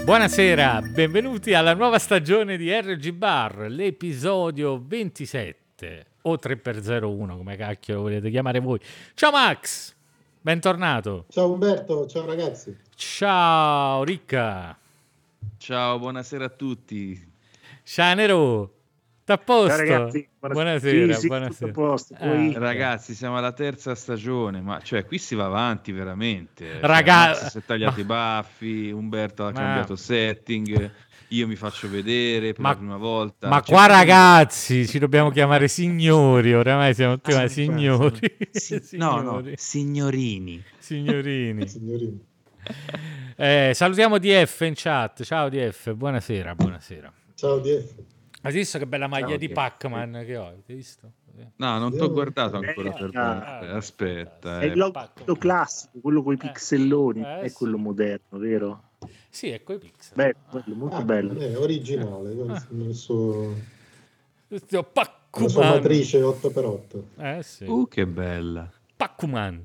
Buonasera, benvenuti alla nuova stagione di RG Bar, l'episodio 27 o 3x01, come cacchio lo volete chiamare voi. Ciao Max, bentornato. Ciao Umberto, ciao ragazzi. Ciao Ricca. Ciao, buonasera a tutti. Ciao Nero, t'à posto? Ciao ragazzi, buonasera. Sì, buonasera. tutto a posto. Poi... Ragazzi, siamo alla terza stagione, ma cioè qui si va avanti veramente. Ragazzi, Max si è tagliato i baffi, Umberto ha cambiato setting, io mi faccio vedere per la prima volta. Ma qua ragazzi, ci dobbiamo chiamare signori, oramai siamo tutti signori. No, signorini. Signorini. Salutiamo DF in chat. Ciao DF, buonasera. Ciao DF. Hai visto che bella maglia di Pac-Man che ho? Hai visto? No, non ti ho guardato ancora per aspetta. È il logo classico, quello con i pixelloni, è quello moderno, vero? Sì, è coi pixel. Beh, quello molto bello. È originale, il suo... Pac-Man. La sua matrice 8x8. Sì. Che bella. Pac-Man.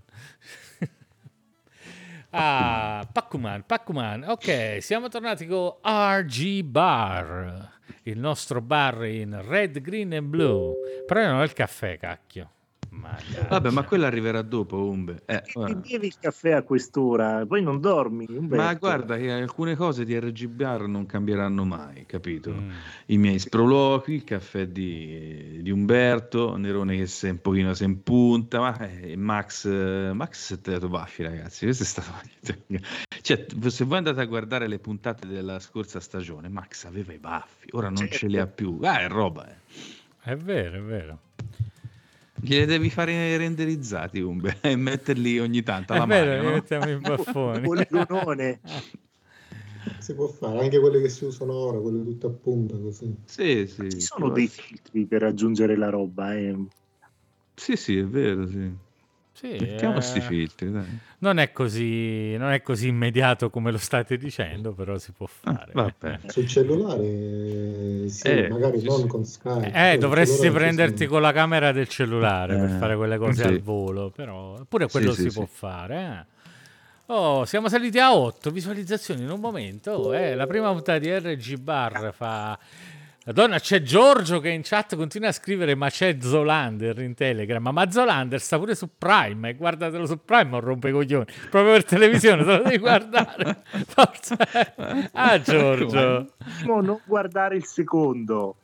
Pac-Man. Ok, siamo tornati con RG Bar, il nostro bar in red, green e blue. Però non è il caffè, cacchio. Vabbè, ma quello arriverà dopo, Umbe. Ti bevi il caffè a quest'ora, poi non dormi, Umberto. Ma guarda che alcune cose di RG Bar non cambieranno mai, capito? I miei sproloqui, il caffè di Umberto, Nerone che si un pochino si impunta, ma Max si è tagliato baffi, ragazzi. Questo è stato... Cioè, se voi andate a guardare le puntate della scorsa stagione, Max aveva i baffi, ora non ce li ha più. È roba, È vero. Glieli devi fare renderizzati, Umbe, e metterli ogni tanto alla mano, no? mettiamo i baffoni. Poligonone. Si può fare, anche quelle che si usano ora, quelle tutte a punta così. Sì. Ci sono dei filtri per aggiungere la roba, Sì, è vero, sì. Mettiamo questi filtri, dai. Non è così immediato come lo state dicendo, però si può fare. Sul cellulare magari non con Skype. Dovresti prenderti con la camera del cellulare per fare quelle cose al volo, però pure quello si può fare. Siamo saliti a 8 visualizzazioni in un momento. La prima puntata di RG Bar fa... Madonna, c'è Giorgio che in chat continua a scrivere ma c'è Zolander in Telegram, ma Zolander sta pure su Prime e guardatelo su Prime, non rompe i coglioni, proprio per televisione te lo devi guardare. Forza. Giorgio, non guardare il secondo.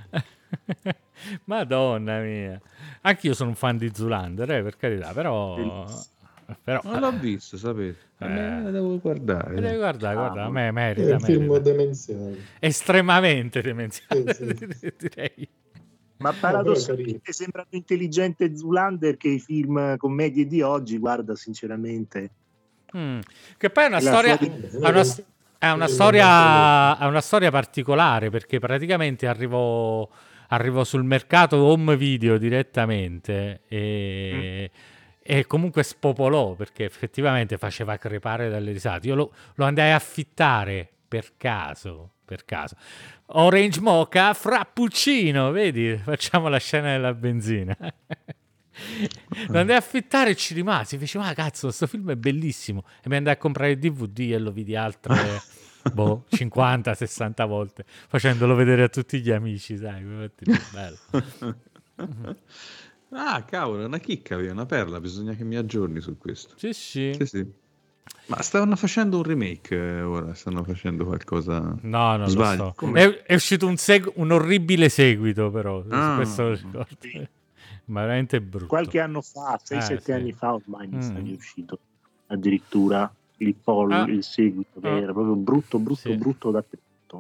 Madonna mia, anche io sono un fan di Zolander, per carità, però non l'ho visto, sapete. Devo guardare. Devi guarda, a me merita. È un film demenziale. Estremamente demenziale, direi. Ma paradossalmente sembrano intelligente Zoolander che i film commedie di oggi, guarda, sinceramente. Che poi è una storia... È una storia particolare, perché praticamente arrivò sul mercato home video direttamente e comunque spopolò, perché effettivamente faceva crepare dalle risate. Io lo andai a affittare per caso. Orange Mocha Frappuccino, vedi? Facciamo la scena della benzina. Lo andai a affittare e ci rimasi. Feci, ma cazzo, questo film è bellissimo. E mi andai a comprare il DVD e lo vidi altre 50-60 volte, facendolo vedere a tutti gli amici, sai? Bello. Cavolo, è una chicca, una perla, bisogna che mi aggiorni su questo. Sì. Ma stavano facendo un remake ora, stanno facendo qualcosa. No, non lo so. È uscito un orribile seguito, però, questo lo ricordo. Ma veramente brutto. Qualche anno fa, 6-7 anni fa ormai mi sa che è uscito addirittura il seguito, che era proprio brutto da tutto.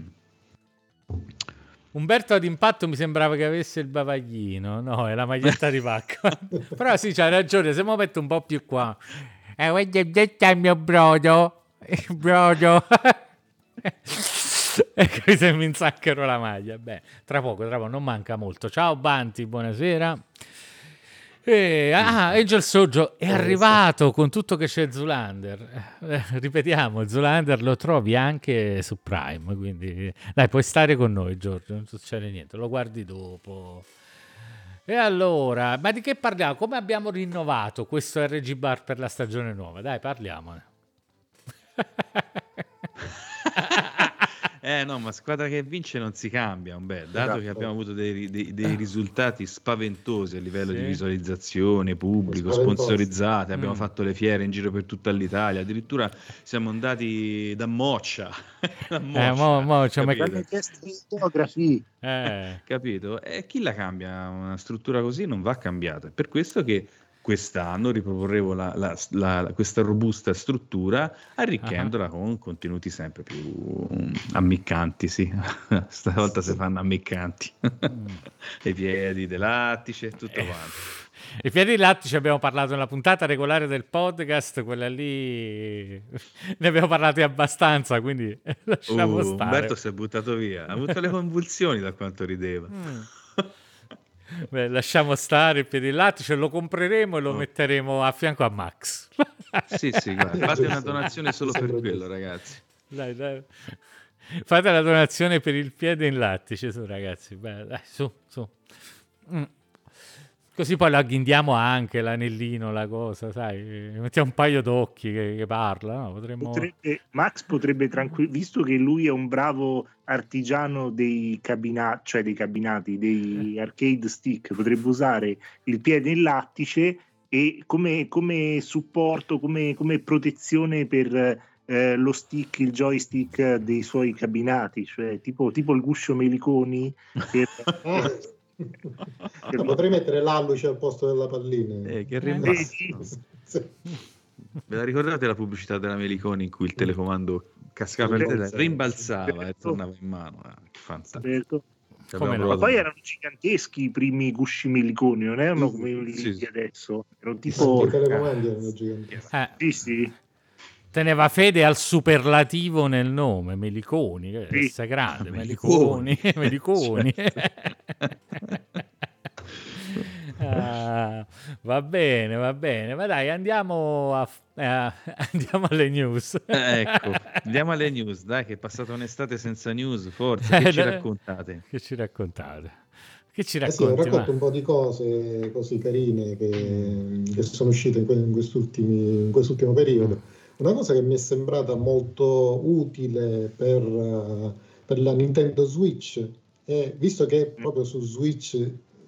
Umberto ad impatto mi sembrava che avesse il bavaglino, no, è la maglietta di pacco. Però sì, c'hai ragione, se mi metto un po' più qua. Voglio il mio brodo. Ecco, se mi insaccherò la maglia. Beh, tra poco, non manca molto. Ciao Banti, buonasera. Angel Soggio è arrivato con tutto che c'è Zoolander. Ripetiamo, Zoolander lo trovi anche su Prime, quindi dai, puoi stare con noi, Giorgio, non succede niente, lo guardi dopo. E allora, ma di che parliamo? Come abbiamo rinnovato questo RG Bar per la stagione nuova? Dai, parliamone. No, ma squadra che vince non si cambia, dato che abbiamo avuto dei risultati spaventosi a livello di visualizzazione, pubblico, sponsorizzate, abbiamo fatto le fiere in giro per tutta l'Italia, addirittura siamo andati da Moccia, capito? E chi la cambia? Una struttura così non va cambiata. È per questo che quest'anno riproporremo questa robusta struttura, arricchendola con contenuti sempre più ammiccanti, sì. Stavolta si fanno ammiccanti. I piedi del lattice, tutto quanto. I piedi di lattice abbiamo parlato nella puntata regolare del podcast, quella lì ne abbiamo parlati abbastanza, quindi lasciamo stare. Umberto si è buttato via, ha avuto le convulsioni da quanto rideva. Beh, lasciamo stare il piede di lattice, lo compreremo e lo metteremo a fianco a Max. Sì, guarda, fate una donazione solo per quello, ragazzi. Dai. Fate la donazione per il piede in lattice, su, ragazzi. Beh, dai, su. Così poi la agghindiamo anche l'anellino, la cosa, sai, mettiamo un paio d'occhi che parla, no? Max potrebbe visto che lui è un bravo artigiano dei cabinati, dei arcade stick, potrebbe usare il piede in lattice e come supporto, come protezione per lo stick, il joystick dei suoi cabinati, cioè tipo il guscio Meliconi per... Potrei mettere l'alluce al posto della pallina. Che rimbalza. Ve la ricordate la pubblicità della Meliconi in cui il telecomando cascava per terra, rimbalzava e tornava in mano? Fantastico. Ma poi erano giganteschi i primi gusci Meliconi, non erano come quelli di adesso, erano tipo i telecomandi erano giganteschi. Sì. Teneva fede al superlativo nel nome, Meliconi, essa grande, Meliconi. Va bene, ma dai, andiamo alle news. Ecco, andiamo alle news, dai, che è passata un'estate senza news, forza, che ci raccontate? Che ci raccontate? Sì, ho raccontato un po' di cose così carine che sono uscite in quest'ultimo periodo. Una cosa che mi è sembrata molto utile per la Nintendo Switch, visto che proprio su Switch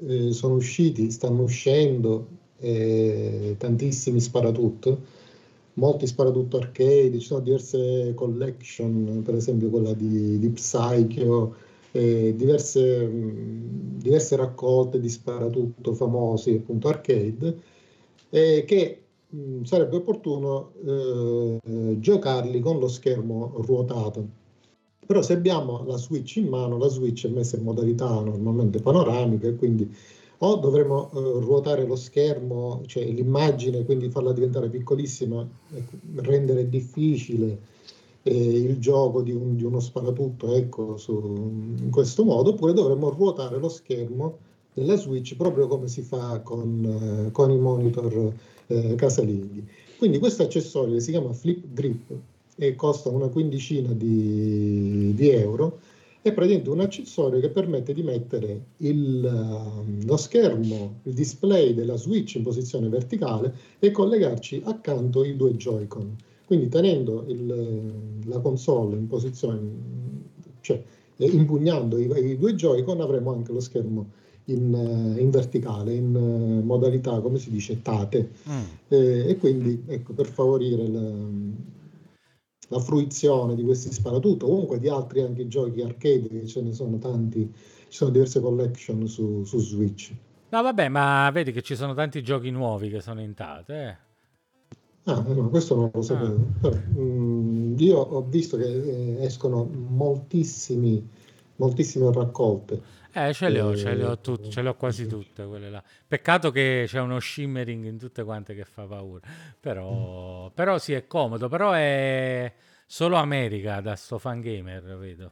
stanno uscendo tantissimi sparatutto, molti sparatutto arcade, ci sono diverse collection, per esempio quella di Psycho, diverse raccolte di sparatutto famosi, appunto arcade, che sarebbe opportuno giocarli con lo schermo ruotato. Però se abbiamo la Switch in mano, la Switch è messa in modalità normalmente panoramica e quindi o dovremo ruotare lo schermo, cioè l'immagine, quindi farla diventare piccolissima, rendere difficile il gioco di uno sparatutto, ecco, in questo modo, oppure dovremmo ruotare lo schermo della Switch proprio come si fa con i monitor casalinghi. Quindi questo accessorio si chiama Flip Grip e costa una quindicina di euro. È praticamente un accessorio che permette di mettere lo schermo, il display della Switch in posizione verticale e collegarci accanto i due Joy-Con. Quindi tenendo la console in posizione, cioè impugnando i due Joy-Con, avremo anche lo schermo in verticale, in modalità, come si dice, tate. E quindi, ecco, per favorire la fruizione di questi sparatutto, comunque di altri anche giochi arcade, che ce ne sono tanti, ci sono diverse collection su Switch. No, vabbè, ma vedi che ci sono tanti giochi nuovi che sono in tate. No, questo non lo sapevo. Però, io ho visto che escono moltissime raccolte. Ce le ho quasi tutte quelle là. Peccato che c'è uno shimmering in tutte quante che fa paura. Però sì, è comodo, però è solo America da sto Fangamer, vedo.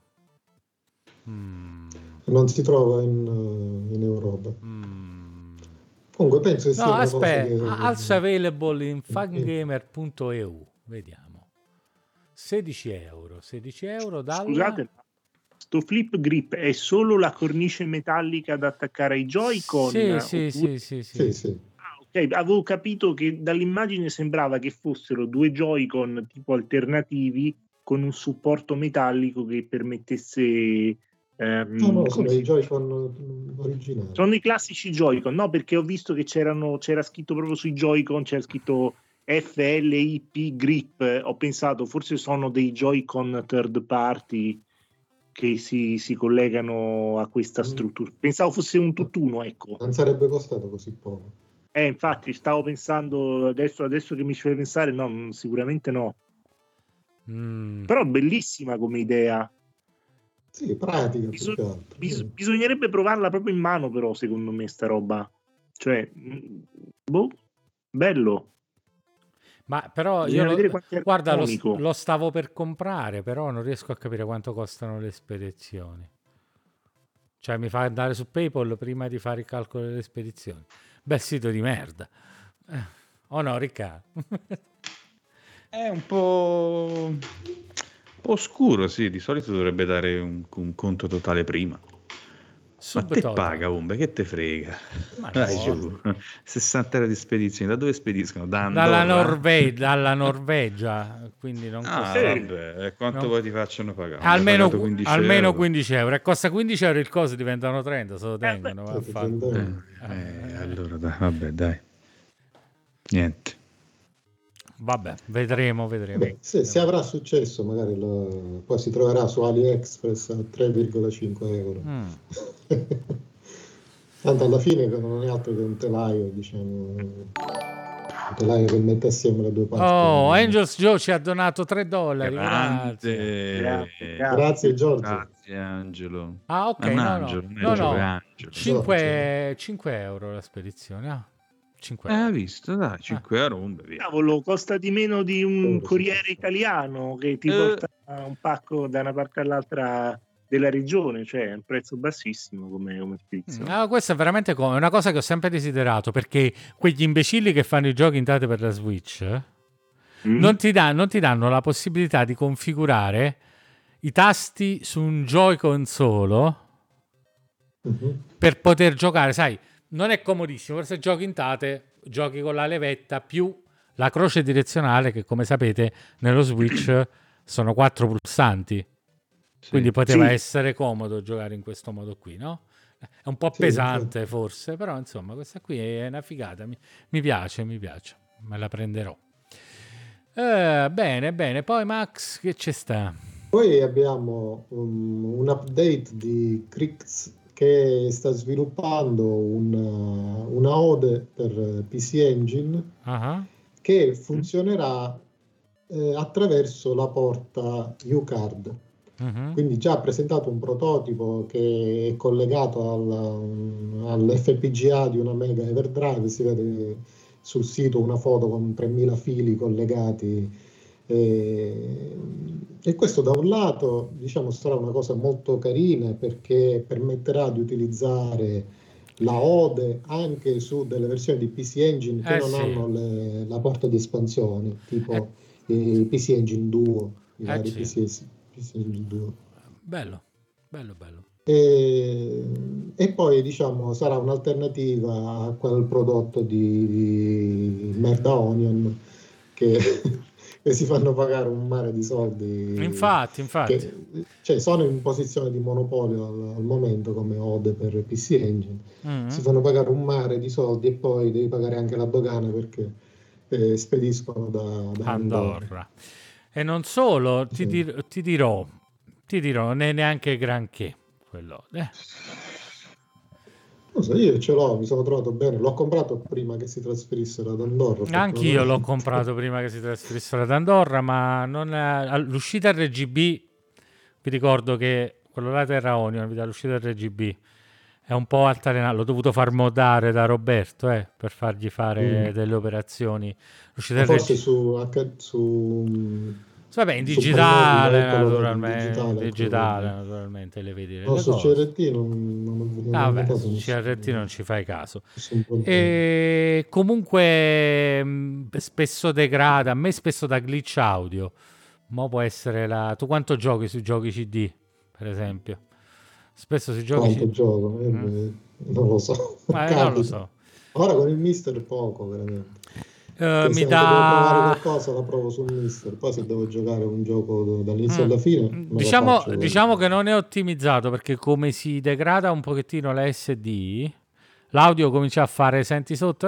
Non si trova in Europa. Comunque penso che sia una cosa che... Also available in fangamer.eu. Vediamo. 16 euro dalla... Scusate, sto Flip Grip è solo la cornice metallica da attaccare ai Joy-Con? Sì. Ok, avevo capito che dall'immagine sembrava che fossero due Joy-Con tipo alternativi con un supporto metallico che permettesse no, sono i Joy-Con originali. Sono i classici Joy-Con, no, perché ho visto che c'era scritto proprio sui Joy-Con, c'era scritto FLIP Grip. Ho pensato forse sono dei Joy-Con third party che si collegano a questa struttura. Pensavo fosse un tutt'uno, ecco. Non sarebbe costato così poco. Infatti stavo pensando, adesso che mi ci fai pensare, no, sicuramente no. Però bellissima come idea. Sì, pratica. Bisognerebbe provarla proprio in mano, però, secondo me, sta roba. Cioè, bello. Ma però guarda, lo stavo per comprare, però non riesco a capire quanto costano le spedizioni. Cioè, mi fa andare su PayPal prima di fare il calcolo delle spedizioni. Bel sito di merda. Oh no, Riccardo? È un po' oscuro, sì. Di solito dovrebbe dare un conto totale prima. Ma te paga, Umbe, che te frega? Dai, giù. 60 euro di spedizioni. Da dove spediscono? Dalla Norvegia, quindi non costa. Vabbè, quanto vuoi ti facciano pagare? Almeno 15 euro. E costa 15 euro il coso, diventano 30, se lo tengono. Allora, vabbè, dai. Niente. Vabbè, vedremo. Se avrà successo, magari poi si troverà su AliExpress a 3,5 euro. Tanto alla fine non è altro che un telaio, diciamo, un telaio che mette assieme le due parti. Angels Joe ci ha donato $3. Grazie Giorgio. Grazie Angelo. Ok, no. 5 euro la spedizione. 5 euro. Visto, dai, 5 euro. Cavolo, costa di meno di un corriere italiano che ti porta un pacco da una parte all'altra della regione, cioè è un prezzo bassissimo come spedizione. Questa è veramente una cosa che ho sempre desiderato, perché quegli imbecilli che fanno i giochi indate per la Switch non ti danno la possibilità di configurare i tasti su un Joy-Con solo per poter giocare, sai. Non è comodissimo, forse giochi intate, giochi con la levetta più la croce direzionale che, come sapete, nello Switch sono 4 pulsanti. Quindi poteva essere comodo giocare in questo modo qui, no? È un po' pesante forse, però insomma questa qui è una figata, mi piace, me la prenderò. Bene, poi Max, che c'è sta? Poi abbiamo un update di Krix che sta sviluppando una ode per PC Engine che funzionerà attraverso la porta UCard. Quindi già ha presentato un prototipo che è collegato all'FPGA di una Mega Everdrive. Si vede sul sito una foto con 3000 fili collegati. E questo da un lato, diciamo, sarà una cosa molto carina perché permetterà di utilizzare la ode anche su delle versioni di PC Engine che non hanno la porta di espansione, tipo i PC Engine Duo, i vari PC Engine Duo. Bello. E poi, diciamo, sarà un'alternativa a quel prodotto di Merda Onion che si fanno pagare un mare di soldi. Infatti. Cioè, sono in posizione di monopolio al momento come ode per PC Engine. Si fanno pagare un mare di soldi e poi devi pagare anche la dogana perché spediscono da Andorra. E non solo, ti dirò, non è neanche granché quello. Non so, io ce l'ho, mi sono trovato bene, l'ho comprato prima che si trasferissero ad Andorra. Anch'io l'ho comprato prima che si trasferissero ad Andorra, ma l'uscita RGB, vi ricordo che quello là Terra Onion, l'uscita RGB è un po' altalenante, l'ho dovuto far modare da Roberto per fargli fare delle operazioni. Forse su vabbè, in digitale, naturalmente le vedi. No, su CRT non vabbè, su CRT non ci fai caso. E comunque spesso degrada, a me spesso da glitch audio. Mo può essere tu quanto giochi sui giochi CD, per esempio? Spesso sui giochi CD. Gioco? Non lo so. Non lo so. Ora con il Mister poco, veramente. Se mi devo provare dà... qualcosa la provo sul Mister, poi se devo giocare un gioco dall'inizio alla fine me lo faccio. Diciamo che non è ottimizzato perché come si degrada un pochettino la SD, l'audio comincia a fare, senti sotto,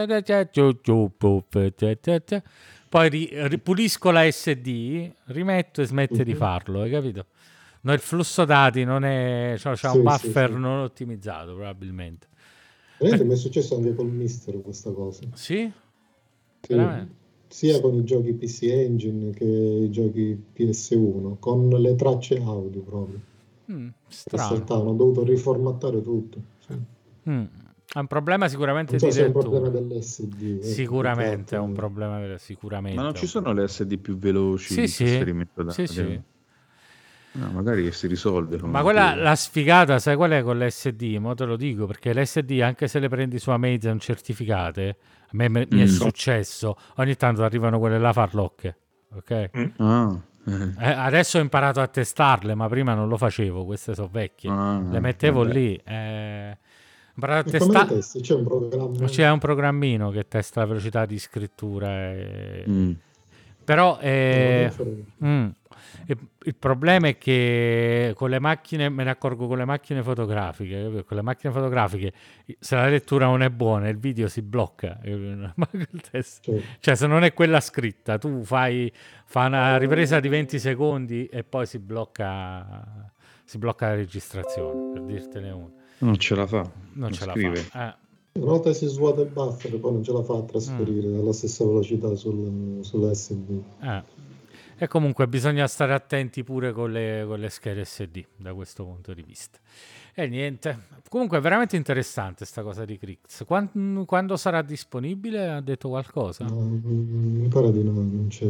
poi ripulisco la SD, rimetto e smette di farlo, hai capito? No, il flusso dati non è, cioè, c'è un Sì, sì, buffer sì. non ottimizzato probabilmente. Mi è successo anche col Mister questa cosa. Sì? Sì, Veramente? sia con i giochi PC Engine che i giochi PS1, con le tracce audio proprio. Strano. Hanno dovuto riformattare tutto. Sì. È un problema sicuramente Non so di se è un problema lettura. dell'SD, ecco, più che Sicuramente è un altro. problema, Ma non sicuramente è ci un sono problema. le SD più veloci Sì, di sì, trasferimento sì, sì. dati? No, magari si risolve Ma quella, comunque. la sfigata, sai qual è con l'SD? Mo te lo dico, perché l'SD, anche se le prendi su Amazon certificate, a me mi è successo, ogni tanto arrivano quelle là farlocche, ok? Ah, Adesso ho imparato a testarle, ma prima non lo facevo, queste sono vecchie. Le mettevo vabbè. lì. Ho imparato a E come le testare. testi? C'è un programma? C'è un programmino che testa la velocità di scrittura. Però Non ce l'ho. il problema è che con le macchine, me ne accorgo con le macchine fotografiche, capito? Con le macchine fotografiche, se la lettura non è buona, il video si blocca. Ma col testo- Certo. Cioè, se non è quella scritta, tu fai una ripresa di 20 secondi e poi si blocca la registrazione, per dirtene una. Non ce la fa. Non ce scrive. la fa. Una volta si svuota il buffer, poi non ce la fa a trasferire alla stessa velocità sull'SD. E comunque bisogna stare attenti pure con le schede SD da questo punto di vista. E niente, comunque è veramente interessante sta cosa di Crix. Quando sarà disponibile? Ha detto qualcosa? Ancora di no, non c'è.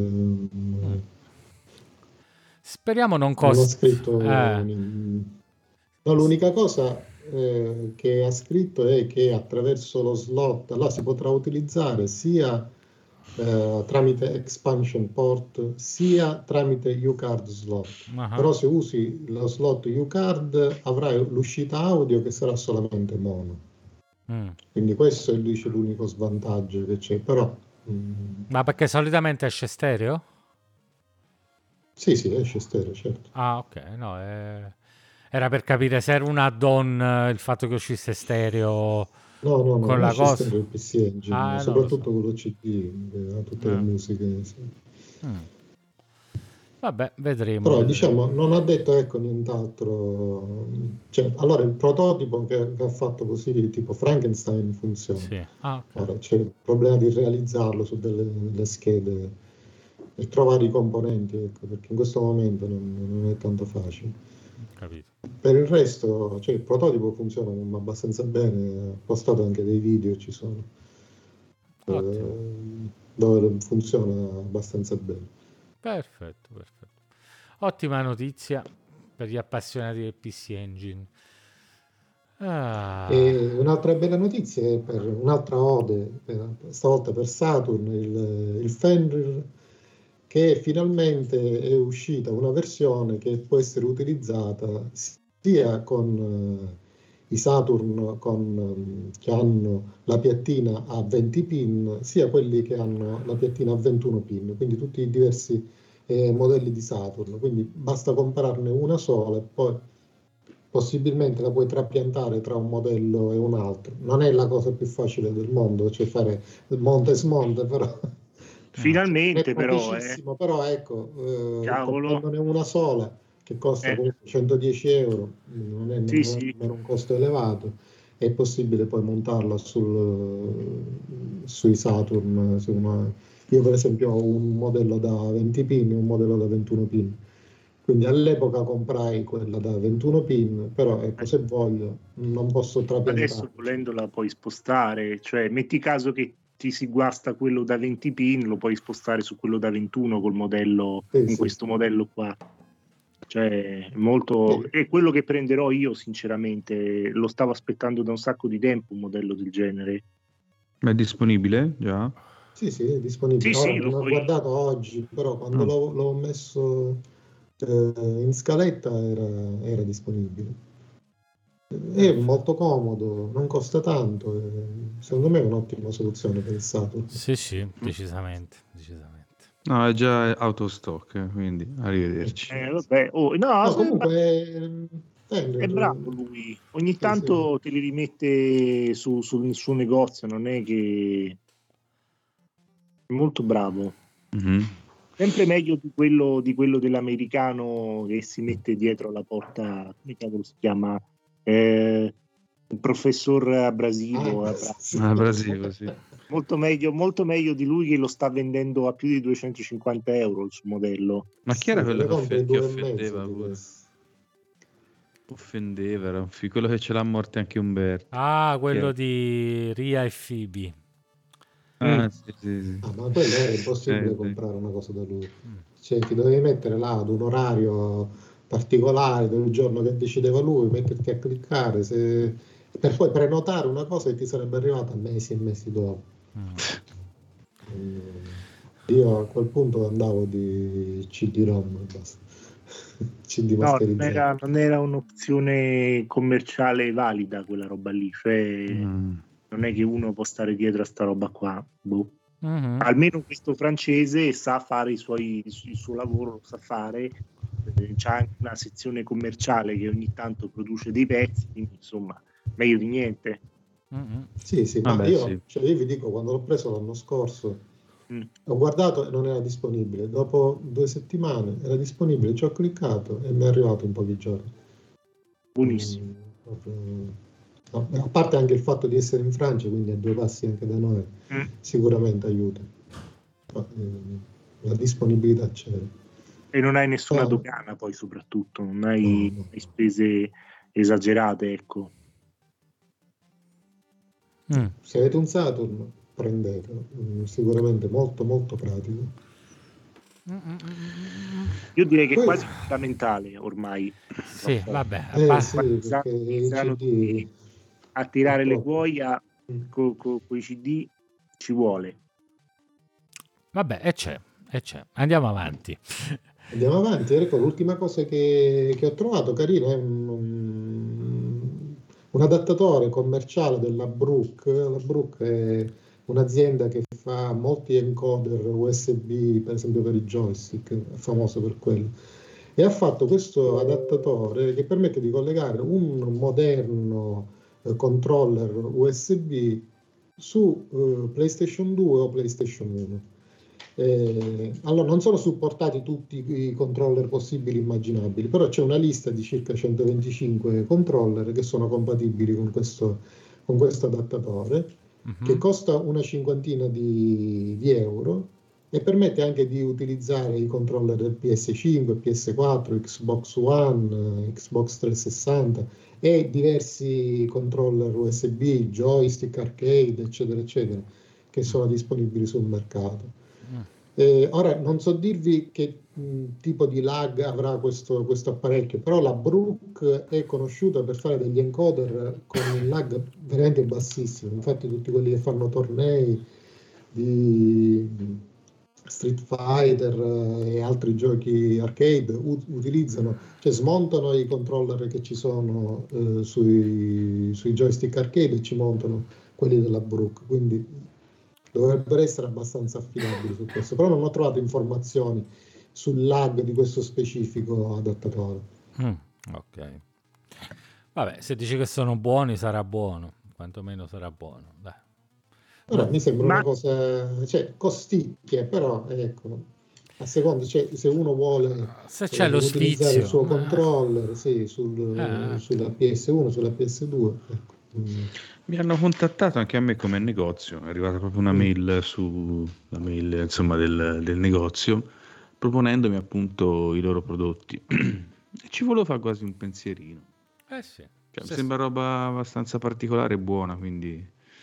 Speriamo non Non ha costi. scritto. No, l'unica cosa che ha scritto è che attraverso lo slot, allora si potrà utilizzare sia tramite expansion port sia tramite UCard slot. Però se usi lo slot UCard avrai l'uscita audio che sarà solamente mono. Quindi questo è l'unico svantaggio che c'è. Però ma perché solitamente esce stereo? sì, esce stereo, certo. Ah, ok, no, era per capire se era un add-on il fatto che uscisse stereo. No, con la esce cosa. stereo il PC Engine, Non lo so. soprattutto con lo CD, che ha tutte le musiche. Sì. Vabbè, vedremo. Però diciamo, non ha detto ecco nient'altro. Cioè, allora il prototipo che ha fatto così, tipo Frankenstein, funziona. Sì. Okay. Ora c'è il problema di realizzarlo su delle schede e trovare i componenti, ecco, perché in questo momento non è tanto facile. Capito. Per il resto, cioè, il prototipo funziona abbastanza bene, ho postato anche dei video, ci sono, dove funziona abbastanza bene. Perfetto. Ottima notizia per gli appassionati del PC Engine. E un'altra bella notizia è per un'altra ode, stavolta per Saturn, il Fenrir, che finalmente è uscita una versione che può essere utilizzata sia con i Saturn che hanno la piattina a 20 pin, sia quelli che hanno la piattina a 21 pin, quindi tutti i diversi modelli di Saturn. Quindi basta comprarne una sola e poi possibilmente la puoi trapiantare tra un modello e un altro. Non è la cosa più facile del mondo, cioè fare monte e smonte, però finalmente però ecco, cavolo, comprandone una sola che costa comunque 110 euro, non è nemmeno un costo elevato, è possibile poi montarla sui Saturn. Io per esempio ho un modello da 20 pin e un modello da 21 pin. Quindi all'epoca comprai quella da 21 pin, però ecco, se voglio non posso trapiantare. Adesso volendola puoi spostare, cioè metti caso che ti si guasta quello da 20 pin, lo puoi spostare su quello da 21 col modello, questo modello qua. Cioè, molto... È quello che prenderò io, sinceramente. Lo stavo aspettando da un sacco di tempo un modello del genere. Ma è disponibile già? Sì, è disponibile. Ora non ho guardato oggi, però quando l'ho messo in scaletta era disponibile. È molto comodo, non costa tanto, secondo me è un'ottima soluzione per il Saturn. Sì, decisamente. No, è già autostock, quindi arrivederci. Vabbè. No, comunque è bravo lui. Ogni sì, tanto sì. te li rimette sul suo negozio, non è che è molto bravo. Mhm. Sempre meglio di quello dell'americano che si mette dietro la porta, come cavolo si chiama? Il professor abrasivo. Sì. Brasile, sì. Molto meglio di lui, che lo sta vendendo a più di 250 euro il suo modello. Ma chi era Sì, quello le compri che 2,5 offendeva di pure? questi. Offendeva, era quello che ce l'ha a morte anche Umberto. Ah, quello Chi di Ria e Phoebe. sì. Ma quello era impossibile Sì. comprare una cosa da lui. Cioè, ti dovevi mettere là ad un orario particolare del giorno che decideva lui, metterti a cliccare per poi prenotare una cosa che ti sarebbe arrivata mesi e mesi dopo. Io a quel punto andavo di CD-ROM e basta. CD No, masterizzato. non era un'opzione commerciale valida quella roba lì, cioè non è che uno può stare dietro a sta roba qua. Boh. Almeno questo francese sa fare il suo lavoro, lo sa fare, c'ha anche una sezione commerciale che ogni tanto produce dei pezzi, quindi insomma, meglio di niente. Sì, ma Vabbè, sì. Cioè, io vi dico, quando l'ho preso l'anno scorso, Mm. ho guardato e non era disponibile. Dopo 2 settimane era disponibile, ci ho cliccato e mi è arrivato in pochi giorni. Buonissimo. No, a parte anche il fatto di essere in Francia, quindi a 2 passi anche da noi, sicuramente aiuta. Ma, la disponibilità c'è. E non hai nessuna dogana, poi soprattutto, non hai No. spese esagerate, ecco. Se avete un Saturn, prendetelo, sicuramente molto molto pratico. Io direi che è quasi fondamentale ormai. Sì, vabbè, Sì, perché i CD a tirare le purtroppo. cuoia con i CD ci vuole. Vabbè, e c'è. Andiamo avanti. Andiamo avanti. Ecco, l'ultima cosa che ho trovato carino è un adattatore commerciale della Brook. La Brook è un'azienda che fa molti encoder USB, per esempio per i joystick, è famoso per quello. E ha fatto questo adattatore che permette di collegare un moderno controller USB su PlayStation 2 o PlayStation 1. Allora, non sono supportati tutti i controller possibili e immaginabili, però c'è una lista di circa 125 controller che sono compatibili con questo adattatore, che costa una cinquantina di euro e permette anche di utilizzare i controller del PS5, PS4, Xbox One, Xbox 360 e diversi controller USB, joystick, arcade, eccetera, eccetera, che sono disponibili sul mercato. Ora non so dirvi che tipo di lag avrà questo apparecchio, però la Brook è conosciuta per fare degli encoder con un lag veramente bassissimo. Infatti tutti quelli che fanno tornei di Street Fighter e altri giochi arcade utilizzano, cioè smontano i controller che ci sono sui joystick arcade e ci montano quelli della Brook, quindi dovrebbero essere abbastanza affidabili su questo, però non ho trovato informazioni sul lag di questo specifico adattatore. Ok. Vabbè, se dici che sono buoni, sarà buono. Quantomeno sarà buono. Dai. Però mi sembra una cosa, cioè, costicchia, però ecco, a seconda, cioè, se uno vuole se c'è lo utilizzare il sfizio. suo controller, sì, sulla PS1, sulla PS2, ecco. Mi hanno contattato anche a me come negozio, è arrivata proprio una mail la mail, insomma, del negozio, proponendomi appunto i loro prodotti. E ci volevo fare quasi un pensierino. Sì. Cioè, mi sembra roba abbastanza particolare e buona, quindi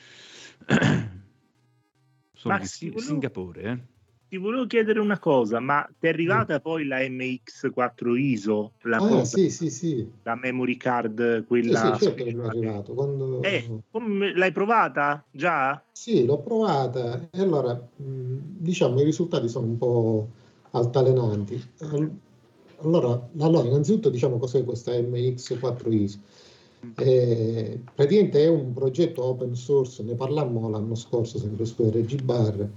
sono di Singapore, Ti volevo chiedere una cosa, ma ti è arrivata poi la MX4 ISO, sì. la memory card, quella Sì, certo che mi è arrivato. l'hai provata già? Sì, l'ho provata e allora diciamo i risultati sono un po' altalenanti. Allora innanzitutto diciamo cos'è questa MX4 ISO. Praticamente è un progetto open source, ne parlammo l'anno scorso sempre su RG Bar,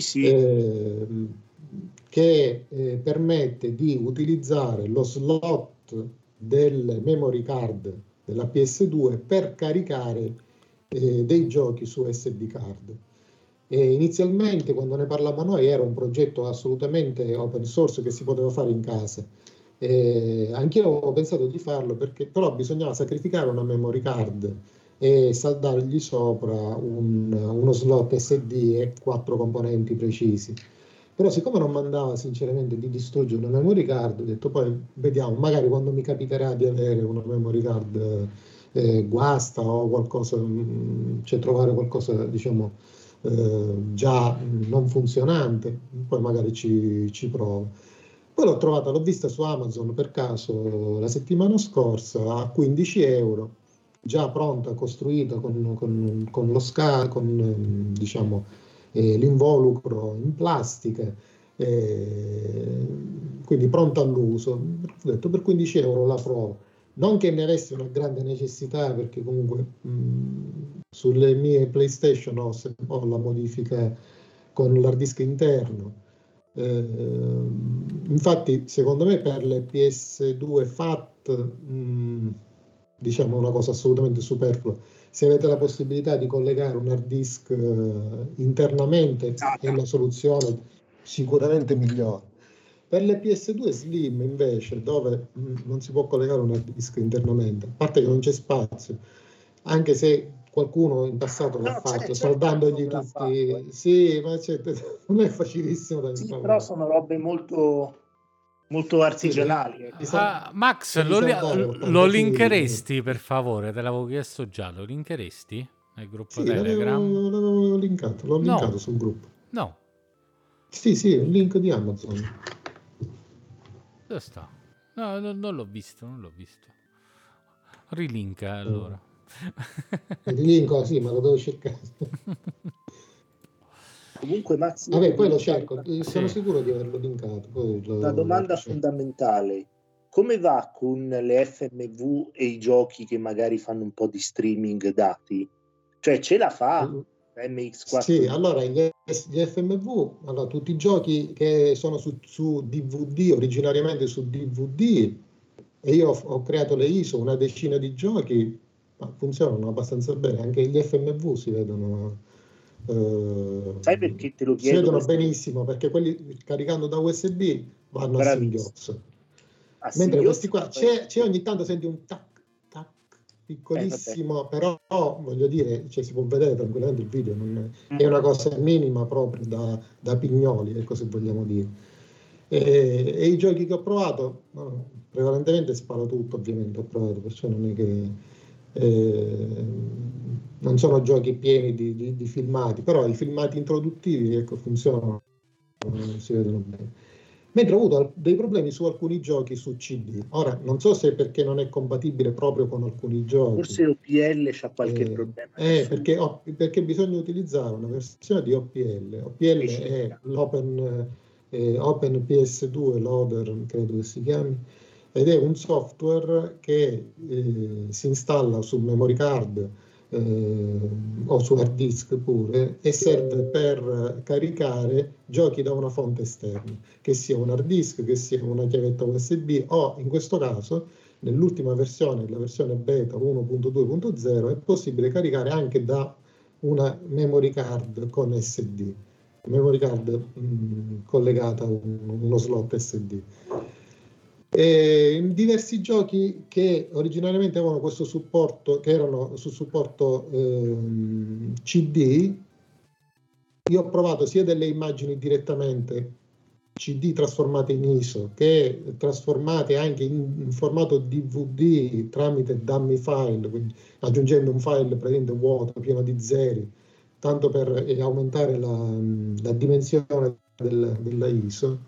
che permette di utilizzare lo slot del memory card della PS2 per caricare dei giochi su SD card. Inizialmente, quando ne parlavamo noi, era un progetto assolutamente open source che si poteva fare in casa. Anch'io avevo pensato di farlo, però bisognava sacrificare una memory card e saldargli sopra uno slot SD e 4 componenti precisi. Però siccome non mandava sinceramente di distruggere una memory card, ho detto poi vediamo, magari quando mi capiterà di avere una memory card guasta o qualcosa, cioè trovare qualcosa diciamo già non funzionante, poi magari ci provo. Poi l'ho trovata, l'ho vista su Amazon per caso la settimana scorsa a 15 euro, già pronta, costruita con lo diciamo, l'involucro in plastica, quindi pronta all'uso. Ho detto per 15 euro la provo. Non che ne avessi una grande necessità, perché comunque sulle mie PlayStation ho la modifica con l'hard disk interno. Infatti secondo me per le PS2 FAT diciamo una cosa assolutamente superflua. Se avete la possibilità di collegare un hard disk internamente è la soluzione sicuramente migliore. Per le PS2 Slim invece, dove non si può collegare un hard disk internamente, a parte che non c'è spazio, anche se qualcuno in passato l'ha fatto, soldandogli tutti. Sì, ma non è facilissimo da installare. Sì, però sono robe molto artigianali. Max, lo linkeresti per favore? Te l'avevo chiesto già, lo linkeresti nel gruppo Telegram? L'avevo linkato, l'ho linkato sul gruppo. No. Sì, il link di Amazon. Dove sta? No, non l'ho visto. Rilinka allora. Rilinko, sì, ma lo devo cercare. Comunque Max, vabbè, poi lo cerco, sono sicuro di averlo linkato. Una domanda fondamentale: come va con le FMV e i giochi che magari fanno un po' di streaming dati? Cioè ce la fa MX4? Sì, allora gli FMV, allora, tutti i giochi che sono su DVD, originariamente su DVD, e io ho creato le ISO, una decina di giochi, ma funzionano abbastanza bene, anche gli FMV si vedono. Sai perché te lo chiedo? Si vedono benissimo, perché quelli caricando da USB vanno a singhiozzo. Mentre questi qua c'è ogni tanto senti un tac piccolissimo, però voglio dire, cioè, si può vedere tranquillamente il video, è una cosa minima proprio da pignoli, ecco, se vogliamo dire. E i giochi che ho provato, prevalentemente sparo tutto, ovviamente ho provato, perciò non è che non sono giochi pieni di filmati, però i filmati introduttivi, ecco, funzionano, si vedono bene. Mentre ho avuto dei problemi su alcuni giochi su CD. Ora, non so se è perché non è compatibile proprio con alcuni giochi. Forse OPL c'ha qualche problema. Perché bisogna utilizzare una versione di OPL. OPL è l'Open PS2 Loader, credo che si chiami, ed è un software che si installa su memory card o su hard disk pure, e serve per caricare giochi da una fonte esterna, che sia un hard disk, che sia una chiavetta USB, o in questo caso nell'ultima versione, la versione beta 1.2.0, è possibile caricare anche da una memory card con SD, memory card collegata a uno slot SD. Diversi giochi che originariamente avevano questo supporto, che erano su supporto CD, io ho provato sia delle immagini direttamente CD trasformate in ISO, che trasformate anche in formato DVD tramite dummy file, quindi aggiungendo un file praticamente vuoto, pieno di zeri, tanto per aumentare la dimensione della ISO.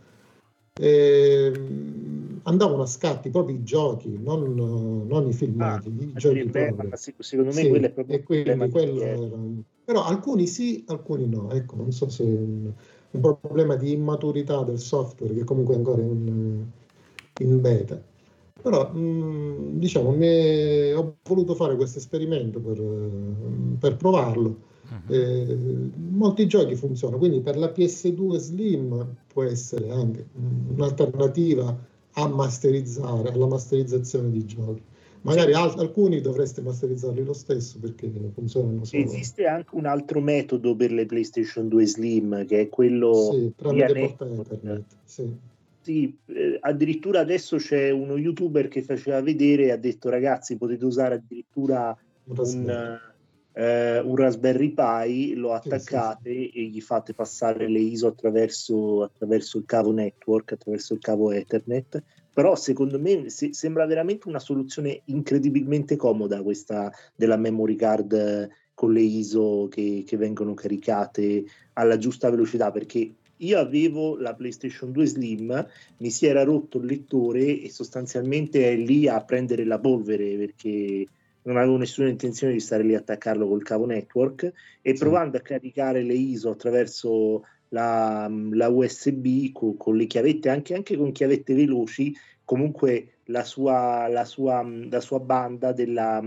Andavano a scatti proprio i giochi, non i filmati, i giochi proprio. Secondo me quello è proprio e quindi quello era. Però alcuni sì, alcuni no. Ecco, non so se è un problema di immaturità del software, che comunque è ancora in beta. Però diciamo ho voluto fare questo esperimento per provarlo. Molti giochi funzionano, quindi per la PS2 Slim può essere anche un'alternativa alla masterizzazione di giochi. Magari alcuni dovreste masterizzarli lo stesso perché funzionano solo. Esiste anche un altro metodo per le PlayStation 2 Slim, che è quello tramite porta Ethernet. Sì, addirittura adesso c'è uno YouTuber che faceva vedere e ha detto: ragazzi, potete usare addirittura un Raspberry Pi, lo attaccate e gli fate passare le ISO attraverso il cavo network, attraverso il cavo Ethernet. Però secondo me sembra veramente una soluzione incredibilmente comoda questa della memory card con le ISO che vengono caricate alla giusta velocità, perché io avevo la PlayStation 2 Slim, mi si era rotto il lettore e sostanzialmente è lì a prendere la polvere, perché non avevo nessuna intenzione di stare lì a attaccarlo col cavo network, e provando a caricare le ISO attraverso la USB con le chiavette, anche con chiavette veloci, comunque la sua banda della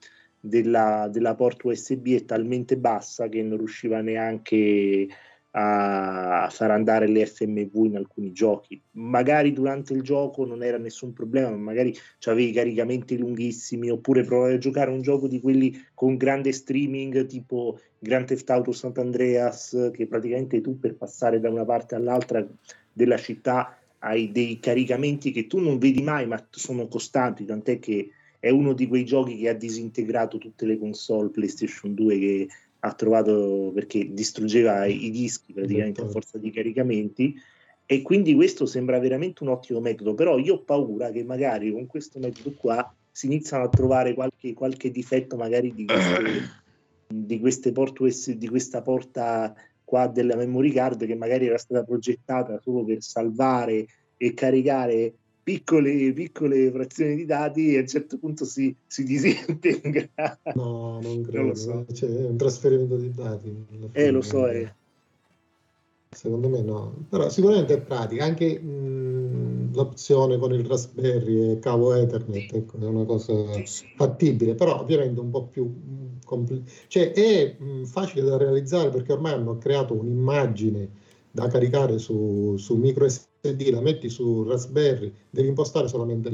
port USB è talmente bassa che non riusciva neanche a far andare le FMV in alcuni giochi. Magari durante il gioco non era nessun problema, ma magari c'avevi caricamenti lunghissimi, oppure provavi a giocare un gioco di quelli con grande streaming tipo Grand Theft Auto Sant'Andreas, che praticamente tu per passare da una parte all'altra della città hai dei caricamenti che tu non vedi mai, ma sono costanti, tant'è che è uno di quei giochi che ha disintegrato tutte le console PlayStation 2 che ha trovato, perché distruggeva i dischi praticamente a forza di caricamenti. E quindi questo sembra veramente un ottimo metodo, però io ho paura che magari con questo metodo qua si iniziano a trovare qualche difetto magari di queste port USB, di questa porta qua della memory card, che magari era stata progettata solo per salvare e caricare piccole frazioni di dati, e a un certo punto si disintegra. No, non credo. Non lo so. C'è un trasferimento di dati. Lo so. Secondo me no. Però sicuramente è pratica. Anche l'opzione con il Raspberry e cavo Ethernet, ecco, è una cosa fattibile, però ovviamente un po' più cioè è facile da realizzare, perché ormai hanno creato un'immagine da caricare su micro SD, la metti su Raspberry, devi impostare solamente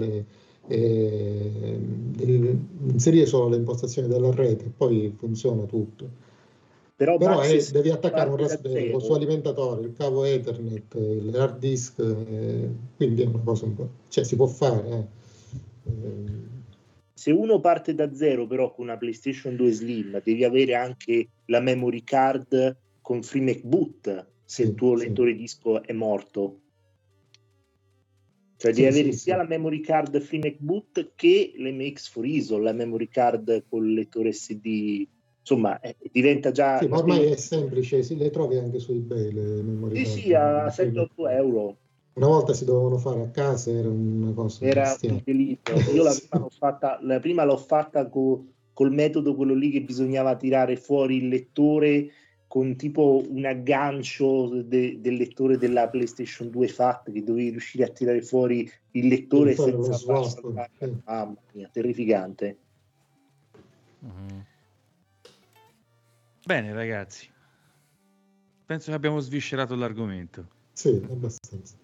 devi inserire solo le impostazioni della rete, poi funziona tutto. Però devi attaccare un Raspberry con il suo alimentatore, il cavo Ethernet, l'hard disk, quindi è una cosa un po', cioè si può fare. Se uno parte da zero però con una PlayStation 2 Slim, devi avere anche la memory card con FreeMake Boot se il tuo lettore disco è morto. Cioè devi avere sia la memory card FreeMake Boot che l'MX4ISO, la memory card col lettore SD. Insomma, diventa già... Sì, ma ormai è semplice, le trovi anche su eBay le memory card. Sì, a 7-8 euro. Una volta si dovevano fare a casa, era una cosa... Era un delirio. Io la prima l'ho fatta col metodo quello lì che bisognava tirare fuori il lettore con tipo un aggancio del lettore della PlayStation 2 FAT, che dovevi riuscire a tirare fuori il lettore senza far saltare. Mamma mia, terrificante. Bene ragazzi, penso che abbiamo sviscerato l'argomento. Sì, abbastanza.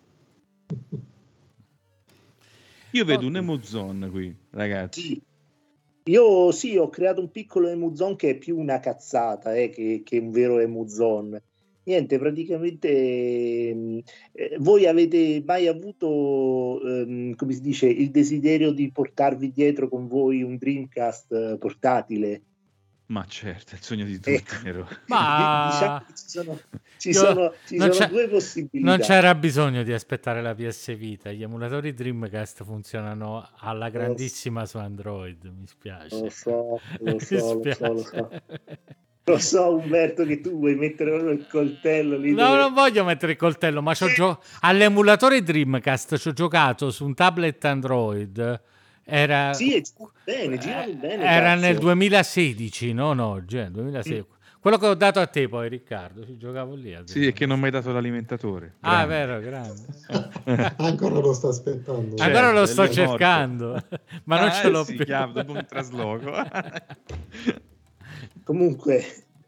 Io vedo un Emuzone qui, ragazzi. Sì. Io ho creato un piccolo Emuzone che è più una cazzata che un vero Emuzone. Niente, praticamente voi avete mai avuto, come si dice, il desiderio di portarvi dietro con voi un Dreamcast portatile? Ma certo, è il sogno di tutti. Ma diciamo che ci sono due possibilità. Non c'era bisogno di aspettare la PS Vita. Gli emulatori Dreamcast funzionano alla grandissima su Android. Mi spiace. Lo so, Umberto, che tu vuoi mettere proprio il coltello lì. No, non voglio mettere il coltello, ma all'emulatore Dreamcast ci ho giocato su un tablet Android. Girano bene. Era nel 2016, 2016, Quello che ho dato a te poi, Riccardo, ci giocavo lì. Sì, è che non mi hai dato l'alimentatore. Ah, è vero, grande. Ancora lo sto aspettando. Ancora lo sto è morto. cercando, ma non ce l'ho sì, più. chiaro, dopo un trasloco. Comunque,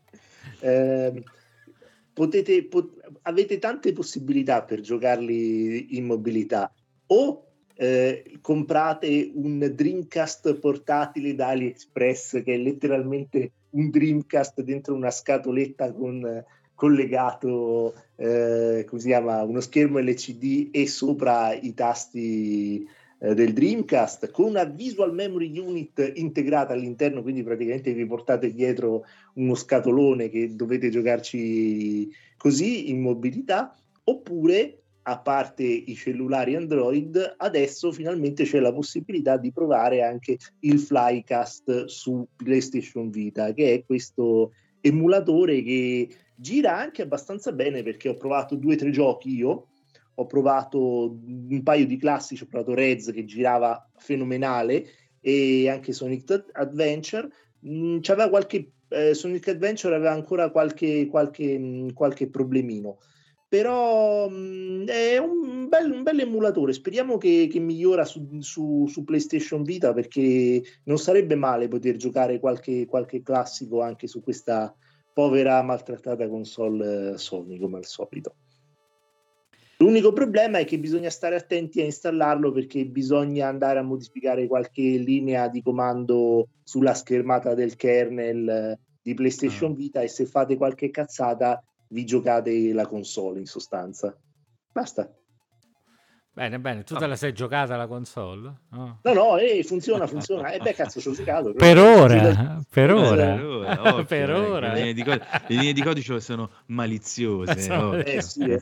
avete tante possibilità per giocarli in mobilità. O comprate un Dreamcast portatile da AliExpress, che è letteralmente un Dreamcast dentro una scatoletta con collegato come si chiama, uno schermo LCD e sopra i tasti del Dreamcast, con una Visual Memory Unit integrata all'interno, quindi praticamente vi portate dietro uno scatolone che dovete giocarci così in mobilità. Oppure, a parte i cellulari Android, adesso finalmente c'è la possibilità di provare anche il Flycast su PlayStation Vita, che è questo emulatore che gira anche abbastanza bene, perché ho provato 2 o 3 giochi io. Ho provato un paio di classici, ho provato Rez che girava fenomenale, e anche Sonic Adventure. C'aveva qualche Sonic Adventure aveva ancora qualche problemino, però è un bel emulatore. Speriamo che migliora su PlayStation Vita, perché non sarebbe male poter giocare qualche classico anche su questa povera maltrattata console Sony, come al solito. L'unico problema è che bisogna stare attenti a installarlo, perché bisogna andare a modificare qualche linea di comando sulla schermata del kernel di PlayStation Vita, e se fate qualche cazzata vi giocate la console, in sostanza. Basta. Bene, tu te la sei giocata la console? No, funziona. Beh, cazzo, ci ho giocato. Per ora. Occhio, Per ora. Le linee di codice sono maliziose. Sì.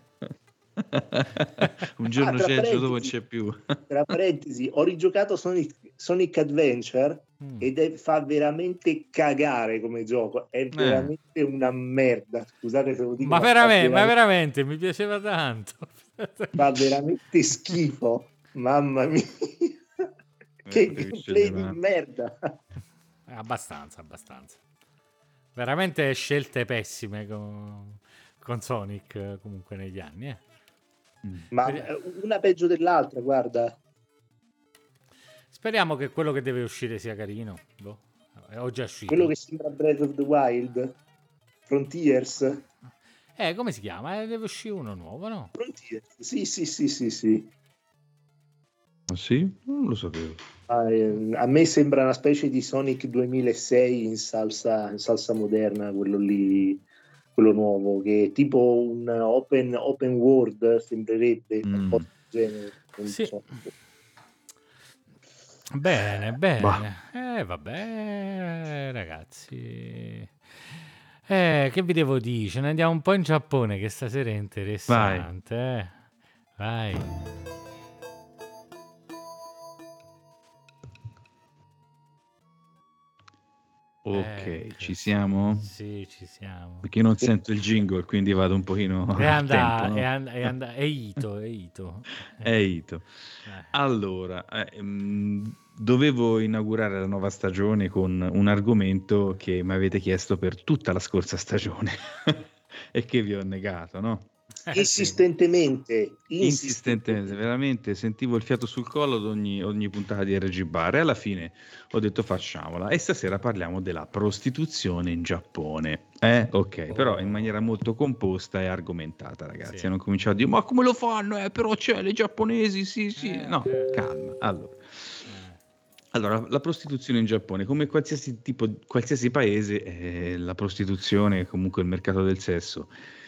Un giorno c'è, il giorno dopo non c'è più. Tra parentesi, ho rigiocato Sonic Adventure ed fa veramente cagare come gioco. È veramente una merda. Scusate se lo dico. Ma veramente mi piaceva tanto. Fa veramente schifo. Mamma mia. Che gameplay di merda. Abbastanza. Veramente scelte pessime con Sonic comunque negli anni. Ma una peggio dell'altra, guarda. Speriamo che quello che deve uscire sia carino. È già uscito. Quello che sembra Breath of the Wild, Frontiers. Come si chiama? Deve uscire uno nuovo, no? Frontiers. Sì. Sì? Non lo sapevo. A me sembra una specie di Sonic 2006 in salsa moderna, quello lì, quello nuovo, che è tipo un open world, sembrerebbe un po' di genere. Sì. So. Bene. Vabbè, ragazzi. Che vi devo dire? Ce ne andiamo un po' in Giappone, che stasera è interessante. Vai. Ok, ci siamo? Sì, ci siamo. Perché io non sento il jingle, quindi vado un pochino a tempo, no? È Ito. È Ito. Allora, dovevo inaugurare la nuova stagione con un argomento che mi avete chiesto per tutta la scorsa stagione e che vi ho negato, no? Insistentemente, veramente sentivo il fiato sul collo ad ogni puntata di RG Bar, e alla fine ho detto facciamola, e stasera parliamo della prostituzione in Giappone. Ok, però in maniera molto composta e argomentata, ragazzi. Sì. Hanno cominciato a dire ma come lo fanno? Però c'è le giapponesi, sì. No, calma. Allora, la prostituzione in Giappone, come qualsiasi paese, la prostituzione, comunque il mercato del sesso,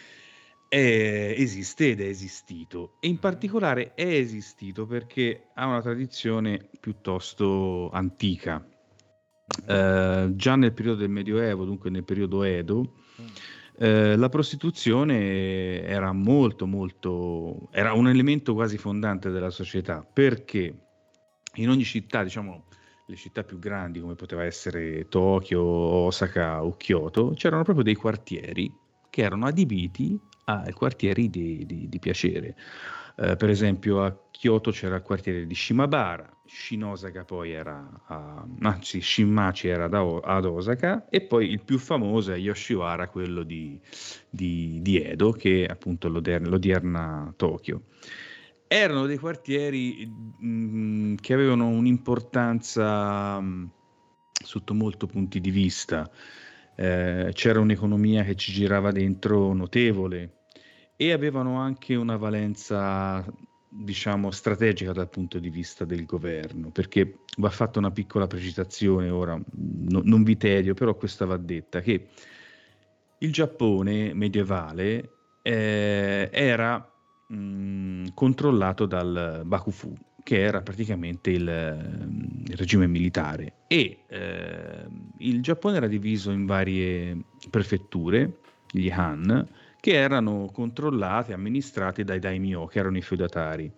esiste ed è esistito, e in particolare è esistito perché ha una tradizione piuttosto antica. Già nel periodo del Medioevo, dunque nel periodo Edo, la prostituzione era era un elemento quasi fondante della società, perché in ogni città, diciamo le città più grandi come poteva essere Tokyo, Osaka o Kyoto, c'erano proprio dei quartieri che erano adibiti ai quartieri di piacere. Per esempio a Kyoto c'era il quartiere di Shimabara, Shinosaka poi era Shinmachi era ad Osaka, e poi il più famoso è Yoshiwara, quello di Edo, che è appunto l'odierna Tokyo. Erano dei quartieri che avevano un'importanza sotto molti punti di vista. C'era un'economia che ci girava dentro notevole, e avevano anche una valenza, diciamo, strategica dal punto di vista del governo, perché va fatta una piccola precisazione ora, non vi tedio, però questa va detta, che il Giappone medievale era controllato dal Bakufu, che era praticamente il regime militare, e il Giappone era diviso in varie prefetture, gli Han, che erano controllate e amministrate dai daimyo, che erano i feudatari.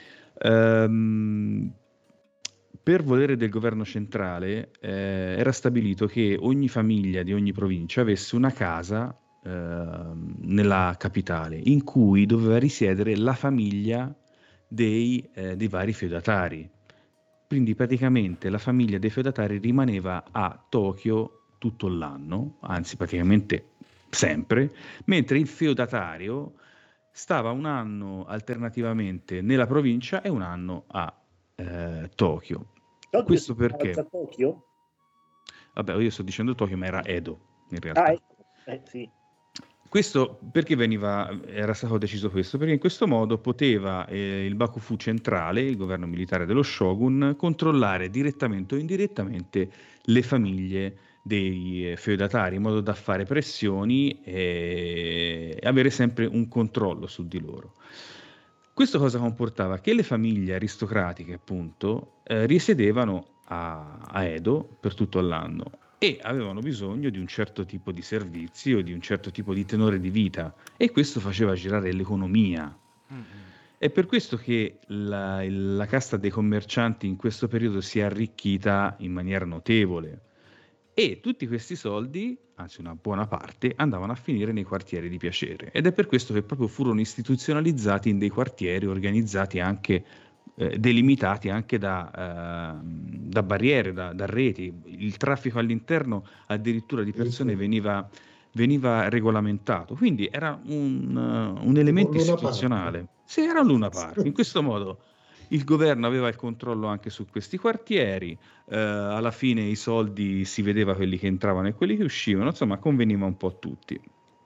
Per volere del governo centrale era stabilito che ogni famiglia di ogni provincia avesse una casa nella capitale, in cui doveva risiedere la famiglia dei vari feudatari. Quindi praticamente la famiglia dei feudatari rimaneva a Tokyo tutto l'anno, anzi praticamente sempre, mentre il feudatario stava un anno alternativamente nella provincia e un anno a Tokyo. Questo perché? Tokyo? Vabbè, io sto dicendo Tokyo, ma era Edo in realtà. Sì. Questo perché era stato deciso questo? Perché in questo modo poteva il Bakufu centrale, il governo militare dello shogun, controllare direttamente o indirettamente le famiglie dei feudatari, in modo da fare pressioni e avere sempre un controllo su di loro. Questo cosa comportava? Che le famiglie aristocratiche, appunto, risiedevano a Edo per tutto l'anno e avevano bisogno di un certo tipo di servizi o di un certo tipo di tenore di vita, e questo faceva girare l'economia. È per questo che la casta dei commercianti in questo periodo si è arricchita in maniera notevole, e tutti questi soldi, anzi una buona parte, andavano a finire nei quartieri di piacere, ed è per questo che proprio furono istituzionalizzati in dei quartieri organizzati anche delimitati anche da barriere, da reti. Il traffico all'interno addirittura di persone veniva regolamentato, quindi era un elemento istituzionale. Sì, era un Luna Park. In questo modo il governo aveva il controllo anche su questi quartieri, alla fine i soldi si vedeva quelli che entravano e quelli che uscivano, insomma conveniva un po' a tutti.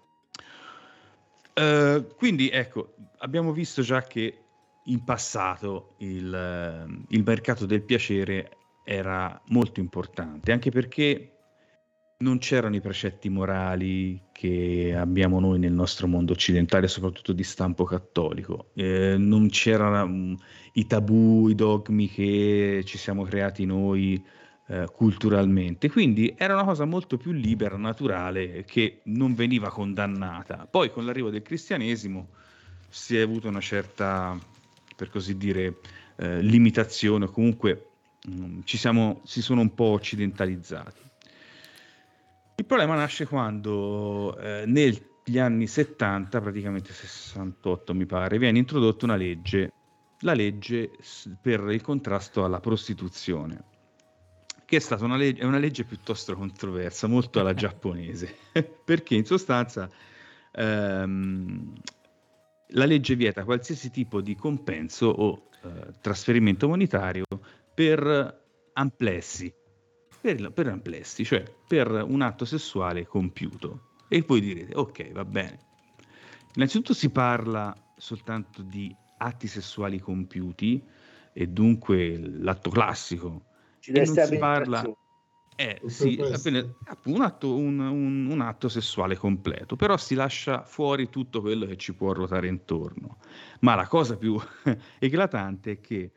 Quindi ecco, abbiamo visto già che in passato il mercato del piacere era molto importante, anche perché non c'erano i precetti morali che abbiamo noi nel nostro mondo occidentale, soprattutto di stampo cattolico. Non c'erano i tabù, i dogmi che ci siamo creati noi culturalmente. Quindi era una cosa molto più libera, naturale, che non veniva condannata. Poi con l'arrivo del cristianesimo si è avuto una certa, per così dire, limitazione, o comunque si sono un po' occidentalizzati. Il problema nasce quando negli anni 70, praticamente 68 mi pare, viene introdotta una legge, la legge per il contrasto alla prostituzione, che è stata una legge piuttosto controversa, molto alla giapponese, perché in sostanza la legge vieta qualsiasi tipo di compenso o trasferimento monetario per amplessi. Per amplessi, cioè per un atto sessuale compiuto. E voi direte, ok, va bene. Innanzitutto si parla soltanto di atti sessuali compiuti, e dunque l'atto classico. Ci deve stare penetrazione. Sì, un atto sessuale completo, però si lascia fuori tutto quello che ci può ruotare intorno. Ma la cosa più eclatante è che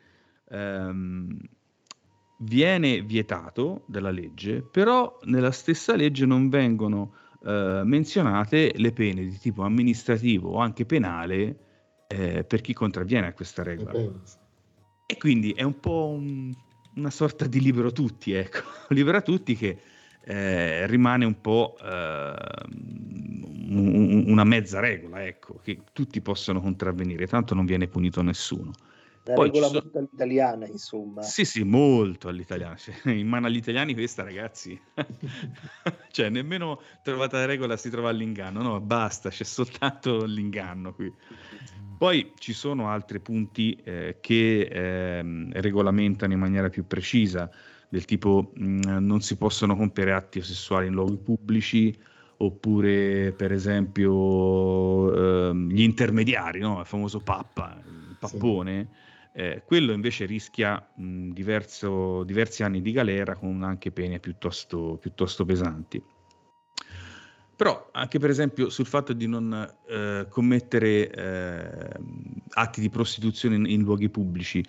viene vietato dalla legge, però nella stessa legge non vengono menzionate le pene di tipo amministrativo o anche penale per chi contravviene a questa regola. E quindi è un po' una sorta di libero tutti, ecco, libera tutti, che rimane un po' una mezza regola, ecco, che tutti possono contravvenire, tanto non viene punito nessuno. La regola molto all'italiana, insomma. Sì, molto all'italiana. Cioè, in mano agli italiani questa, ragazzi. Cioè, nemmeno trovata la regola si trova l'inganno, no, basta, c'è soltanto l'inganno qui. Poi ci sono altri punti che regolamentano in maniera più precisa, del tipo non si possono compiere atti sessuali in luoghi pubblici, oppure per esempio gli intermediari, no? Il famoso pappa, il pappone. Sì. Quello invece rischia diversi anni di galera con anche pene piuttosto pesanti. Però anche per esempio sul fatto di non commettere atti di prostituzione in luoghi pubblici,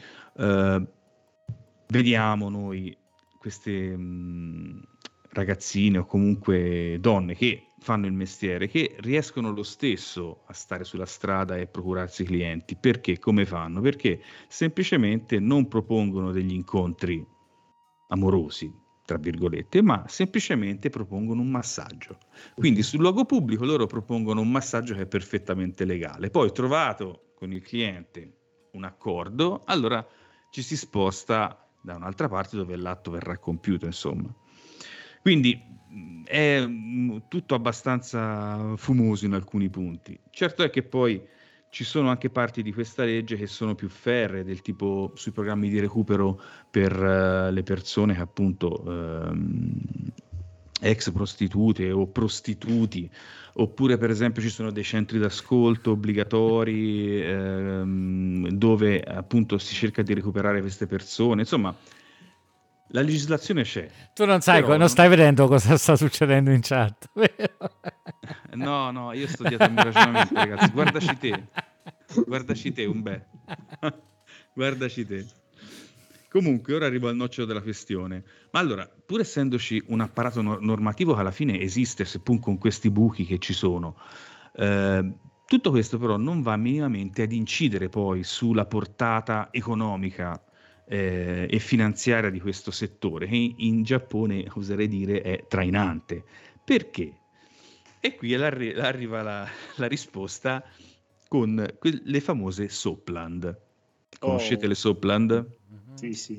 vediamo noi queste ragazzine o comunque donne che fanno il mestiere, che riescono lo stesso a stare sulla strada e procurarsi clienti. Perché? Come fanno? Perché semplicemente non propongono degli incontri amorosi, tra virgolette, ma semplicemente propongono un massaggio. Quindi sul luogo pubblico loro propongono un massaggio che è perfettamente legale. Poi, trovato con il cliente un accordo, allora ci si sposta da un'altra parte dove l'atto verrà compiuto, insomma. Quindi è tutto abbastanza fumoso in alcuni punti. Certo è che poi ci sono anche parti di questa legge che sono più ferree, del tipo sui programmi di recupero per le persone che appunto ex prostitute o prostituti, oppure per esempio ci sono dei centri d'ascolto obbligatori dove appunto si cerca di recuperare queste persone. Insomma, la legislazione c'è. Tu non sai, non stai vedendo cosa sta succedendo in chat, vero? No, io sto dietro il mio ragionamento, ragazzi. Guardaci te, Umbe. Guardaci te. Comunque, ora arrivo al nocciolo della questione. Ma allora, pur essendoci un apparato normativo che alla fine esiste, seppur con questi buchi che ci sono, tutto questo però non va minimamente ad incidere poi sulla portata economica e finanziaria di questo settore, che in Giappone, oserei dire, è trainante. Perché? E qui arriva la risposta con le famose Soapland. Conoscete le Soapland? Sì.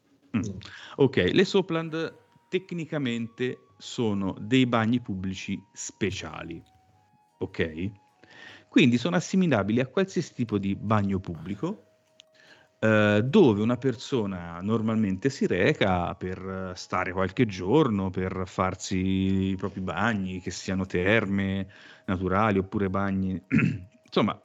Ok, le Soapland tecnicamente sono dei bagni pubblici speciali, ok? Quindi sono assimilabili a qualsiasi tipo di bagno pubblico dove una persona normalmente si reca per stare qualche giorno, per farsi i propri bagni, che siano terme naturali oppure bagni, insomma,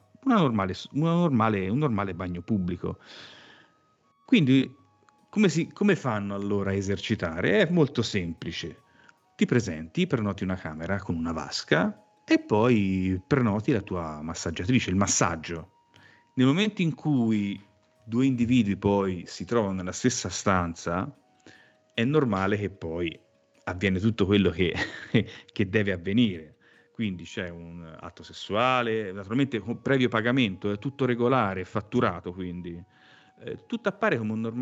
un normale bagno pubblico. Quindi come fanno allora a esercitare? È molto semplice. Ti presenti, prenoti una camera con una vasca e poi prenoti la tua massaggiatrice, il massaggio. Nel momento in cui due individui poi si trovano nella stessa stanza, è normale che poi avviene tutto quello che deve avvenire. Quindi c'è un atto sessuale, naturalmente con previo pagamento, è tutto regolare, fatturato, quindi tutto appare come una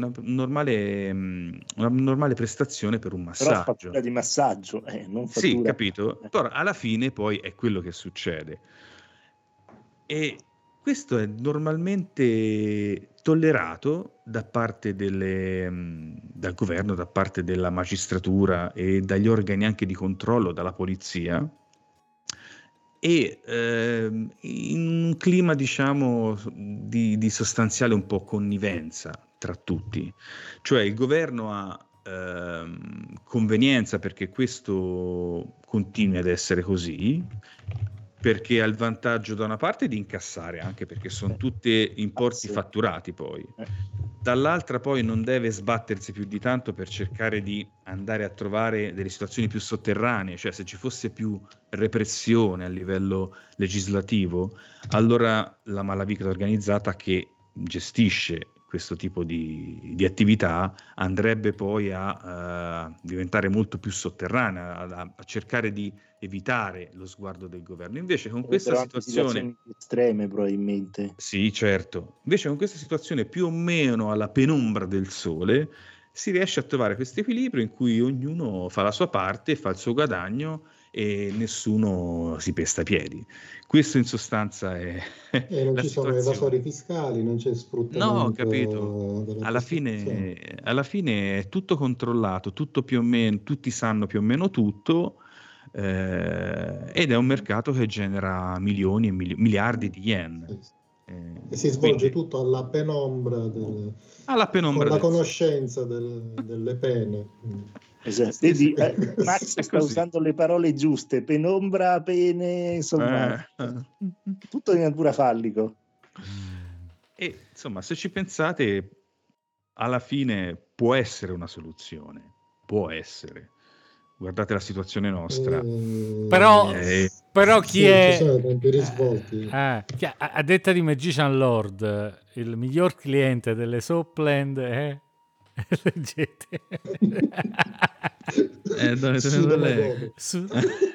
normale prestazione per un massaggio. Però fattura di massaggio, non fattura. Sì, capito? Però alla fine poi è quello che succede. E questo è normalmente tollerato da parte dal governo, da parte della magistratura e dagli organi anche di controllo, dalla polizia, e in un clima, diciamo, di sostanziale un po' connivenza tra tutti. Cioè il governo ha convenienza perché questo continui ad essere così, perché ha il vantaggio da una parte di incassare, anche perché sono tutti importi fatturati poi, dall'altra poi non deve sbattersi più di tanto per cercare di andare a trovare delle situazioni più sotterranee, cioè se ci fosse più repressione a livello legislativo, allora la malavita organizzata che gestisce questo tipo di attività andrebbe poi a diventare molto più sotterranea, a cercare di evitare lo sguardo del governo. Invece con questa situazione estreme, probabilmente. Sì, certo. Invece con questa situazione più o meno alla penombra del sole si riesce a trovare questo equilibrio in cui ognuno fa la sua parte, fa il suo guadagno e nessuno si pesta i piedi. Questo in sostanza è non la ci sono evasori fiscali, non c'è sfruttamento. No, capito. Alla fine è tutto controllato, tutto più o meno, tutti sanno più o meno tutto, ed è un mercato che genera milioni e miliardi di yen. E si svolge tutto alla penombra con la conoscenza delle pene. Esatto. Vedi, Max sta usando le parole giuste: penombra, pene, insomma, tutto di natura fallico. E insomma, se ci pensate, alla fine può essere una soluzione, può essere. Guardate la situazione nostra. Però chi è? Ci sono tanti risvolti. A detta di Magician Lord, il miglior cliente delle Soapland è... Leggete. Dove lo leggo? Sì,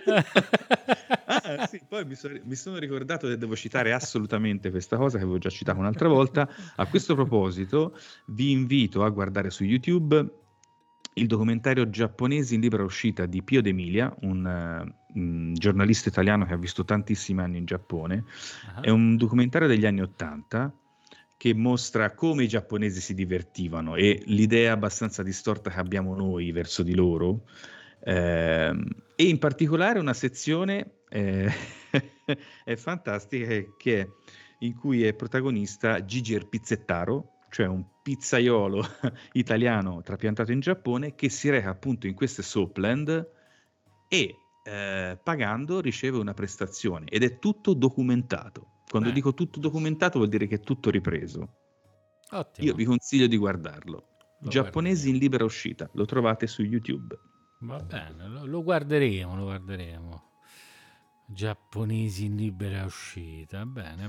poi mi sono ricordato che devo citare assolutamente questa cosa che avevo già citato un'altra volta. A questo proposito vi invito a guardare su YouTube il documentario Giapponesi in libera uscita di Pio D'Emilia, un giornalista italiano che ha vissuto tantissimi anni in Giappone. È un documentario degli anni '80 che mostra come i giapponesi si divertivano e l'idea abbastanza distorta che abbiamo noi verso di loro, e in particolare una sezione è fantastica in cui è protagonista Gigi il Pizzettaro, cioè un pizzaiolo italiano trapiantato in Giappone che si reca appunto in queste Soapland e pagando riceve una prestazione ed è tutto documentato. Quando dico tutto documentato vuol dire che è tutto ripreso. Ottimo. Io vi consiglio di guardarlo. Giapponesi in libera uscita, lo trovate su YouTube. Va bene, lo guarderemo. Giapponesi in libera uscita, bene.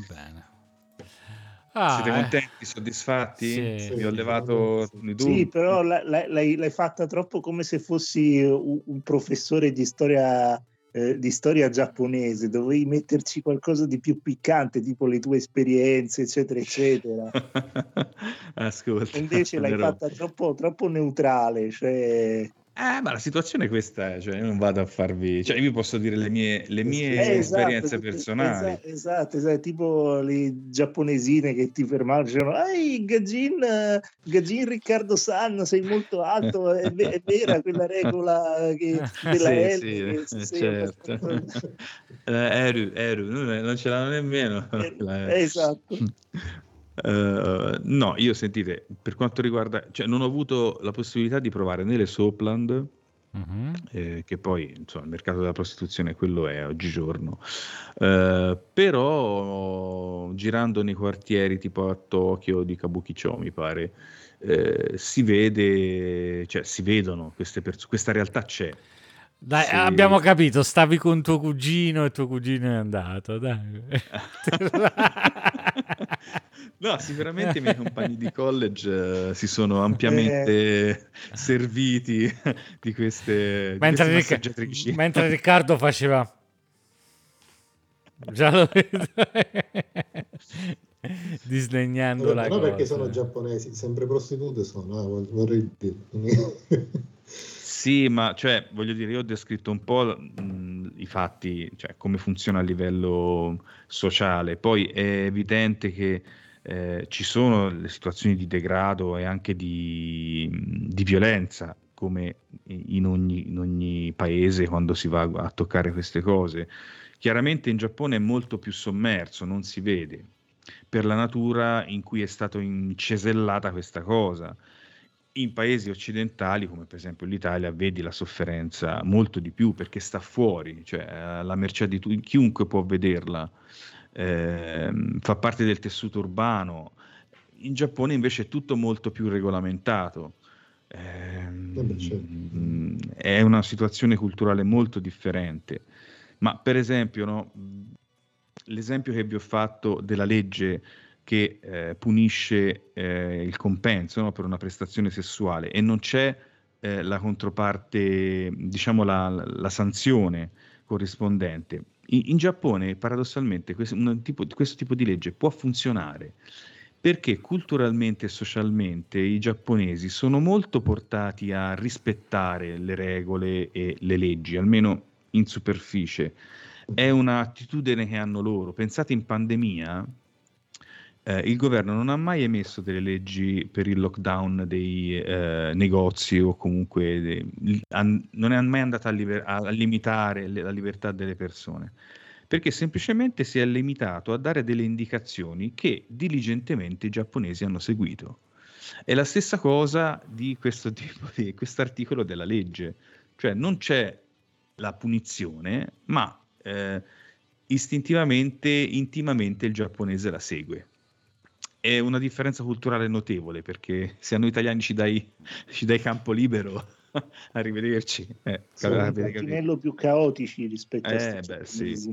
Siete contenti, soddisfatti? Sì. Vi ho levato i dubbi. Sì, però l'hai fatta troppo come se fossi un professore di storia giapponese. Dovevi metterci qualcosa di più piccante, tipo le tue esperienze, eccetera, eccetera. Ascolta. Invece l'hai fatta troppo neutrale, cioè... Ma la situazione è questa, cioè io non vado a farvi, cioè io vi posso dire le mie esperienze personali. Esatto, tipo le giapponesine che ti fermavano e dicevano: "Ehi, Gajin Riccardo San, sei molto alto, è vera quella regola della L". Certo. Eru, non ce l'hanno nemmeno. Esatto. No, io sentite, per quanto riguarda, cioè non ho avuto la possibilità di provare né le Soapland, che poi insomma il mercato della prostituzione quello è oggigiorno, però girando nei quartieri tipo a Tokyo di Kabukicho mi pare, si vedono queste persone, questa realtà c'è. Dai, abbiamo capito, stavi con tuo cugino e tuo cugino è andato, dai. No, sicuramente i miei compagni di college si sono ampiamente serviti di queste massaggiatrici. Mentre Riccardo faceva... Già lo vedo. Disdegnando la cosa. Perché sono giapponesi, sempre prostitute sono, vorrei dire. Sì, ma cioè, voglio dire, io ho descritto un po' i fatti, cioè come funziona a livello sociale. Poi è evidente che ci sono le situazioni di degrado e anche di violenza, come in ogni paese quando si va a toccare queste cose. Chiaramente in Giappone è molto più sommerso, non si vede, per la natura in cui è stata incesellata questa cosa. In paesi occidentali, come per esempio l'Italia, vedi la sofferenza molto di più perché sta fuori, cioè alla mercé di chiunque può vederla, fa parte del tessuto urbano. In Giappone invece è tutto molto più regolamentato, è una situazione culturale molto differente. Ma per esempio, no, l'esempio che vi ho fatto della legge che punisce il compenso, no, per una prestazione sessuale e non c'è la controparte, diciamo la sanzione corrispondente. In Giappone paradossalmente questo tipo di legge può funzionare perché culturalmente e socialmente i giapponesi sono molto portati a rispettare le regole e le leggi, almeno in superficie, è un'attitudine che hanno loro. Pensate, in pandemia il governo non ha mai emesso delle leggi per il lockdown dei negozi, o comunque non è mai andata a limitare la libertà delle persone, perché semplicemente si è limitato a dare delle indicazioni che diligentemente i giapponesi hanno seguito. È la stessa cosa di questo tipo di quest'articolo della legge, cioè non c'è la punizione, ma istintivamente, intimamente il giapponese la segue. È una differenza culturale notevole, perché se a noi italiani ci dai campo libero, arrivederci. Sono un tantinello più caotici rispetto a sì.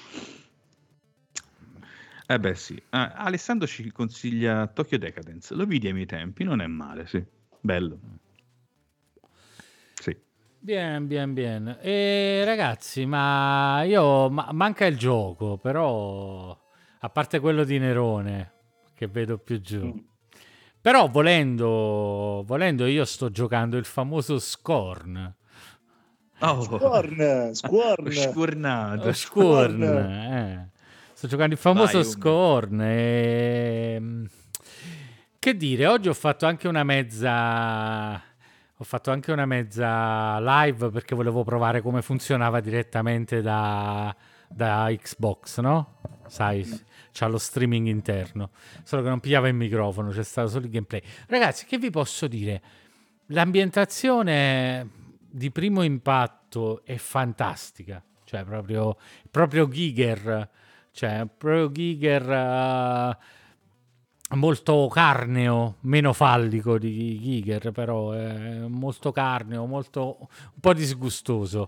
Beh sì. Alessandro ci consiglia Tokyo Decadence. Lo vidi ai miei tempi, non è male, sì. Bello. Sì. Bien. E ragazzi, ma manca il gioco, però, a parte quello di Nerone, che vedo più giù. Però volendo io sto giocando il famoso Scorn. Scornato. Sto giocando il famoso Scorn. Che dire, oggi ho fatto anche una mezza live, perché volevo provare come funzionava direttamente da Xbox, no? Sai, c'ha lo streaming interno, solo che non pigliava il microfono, c'è stato solo il gameplay. Ragazzi, che vi posso dire? L'ambientazione di primo impatto è fantastica, cioè proprio Giger, cioè proprio Giger, molto carneo, meno fallico di Giger, però è molto carneo, molto un po' disgustoso.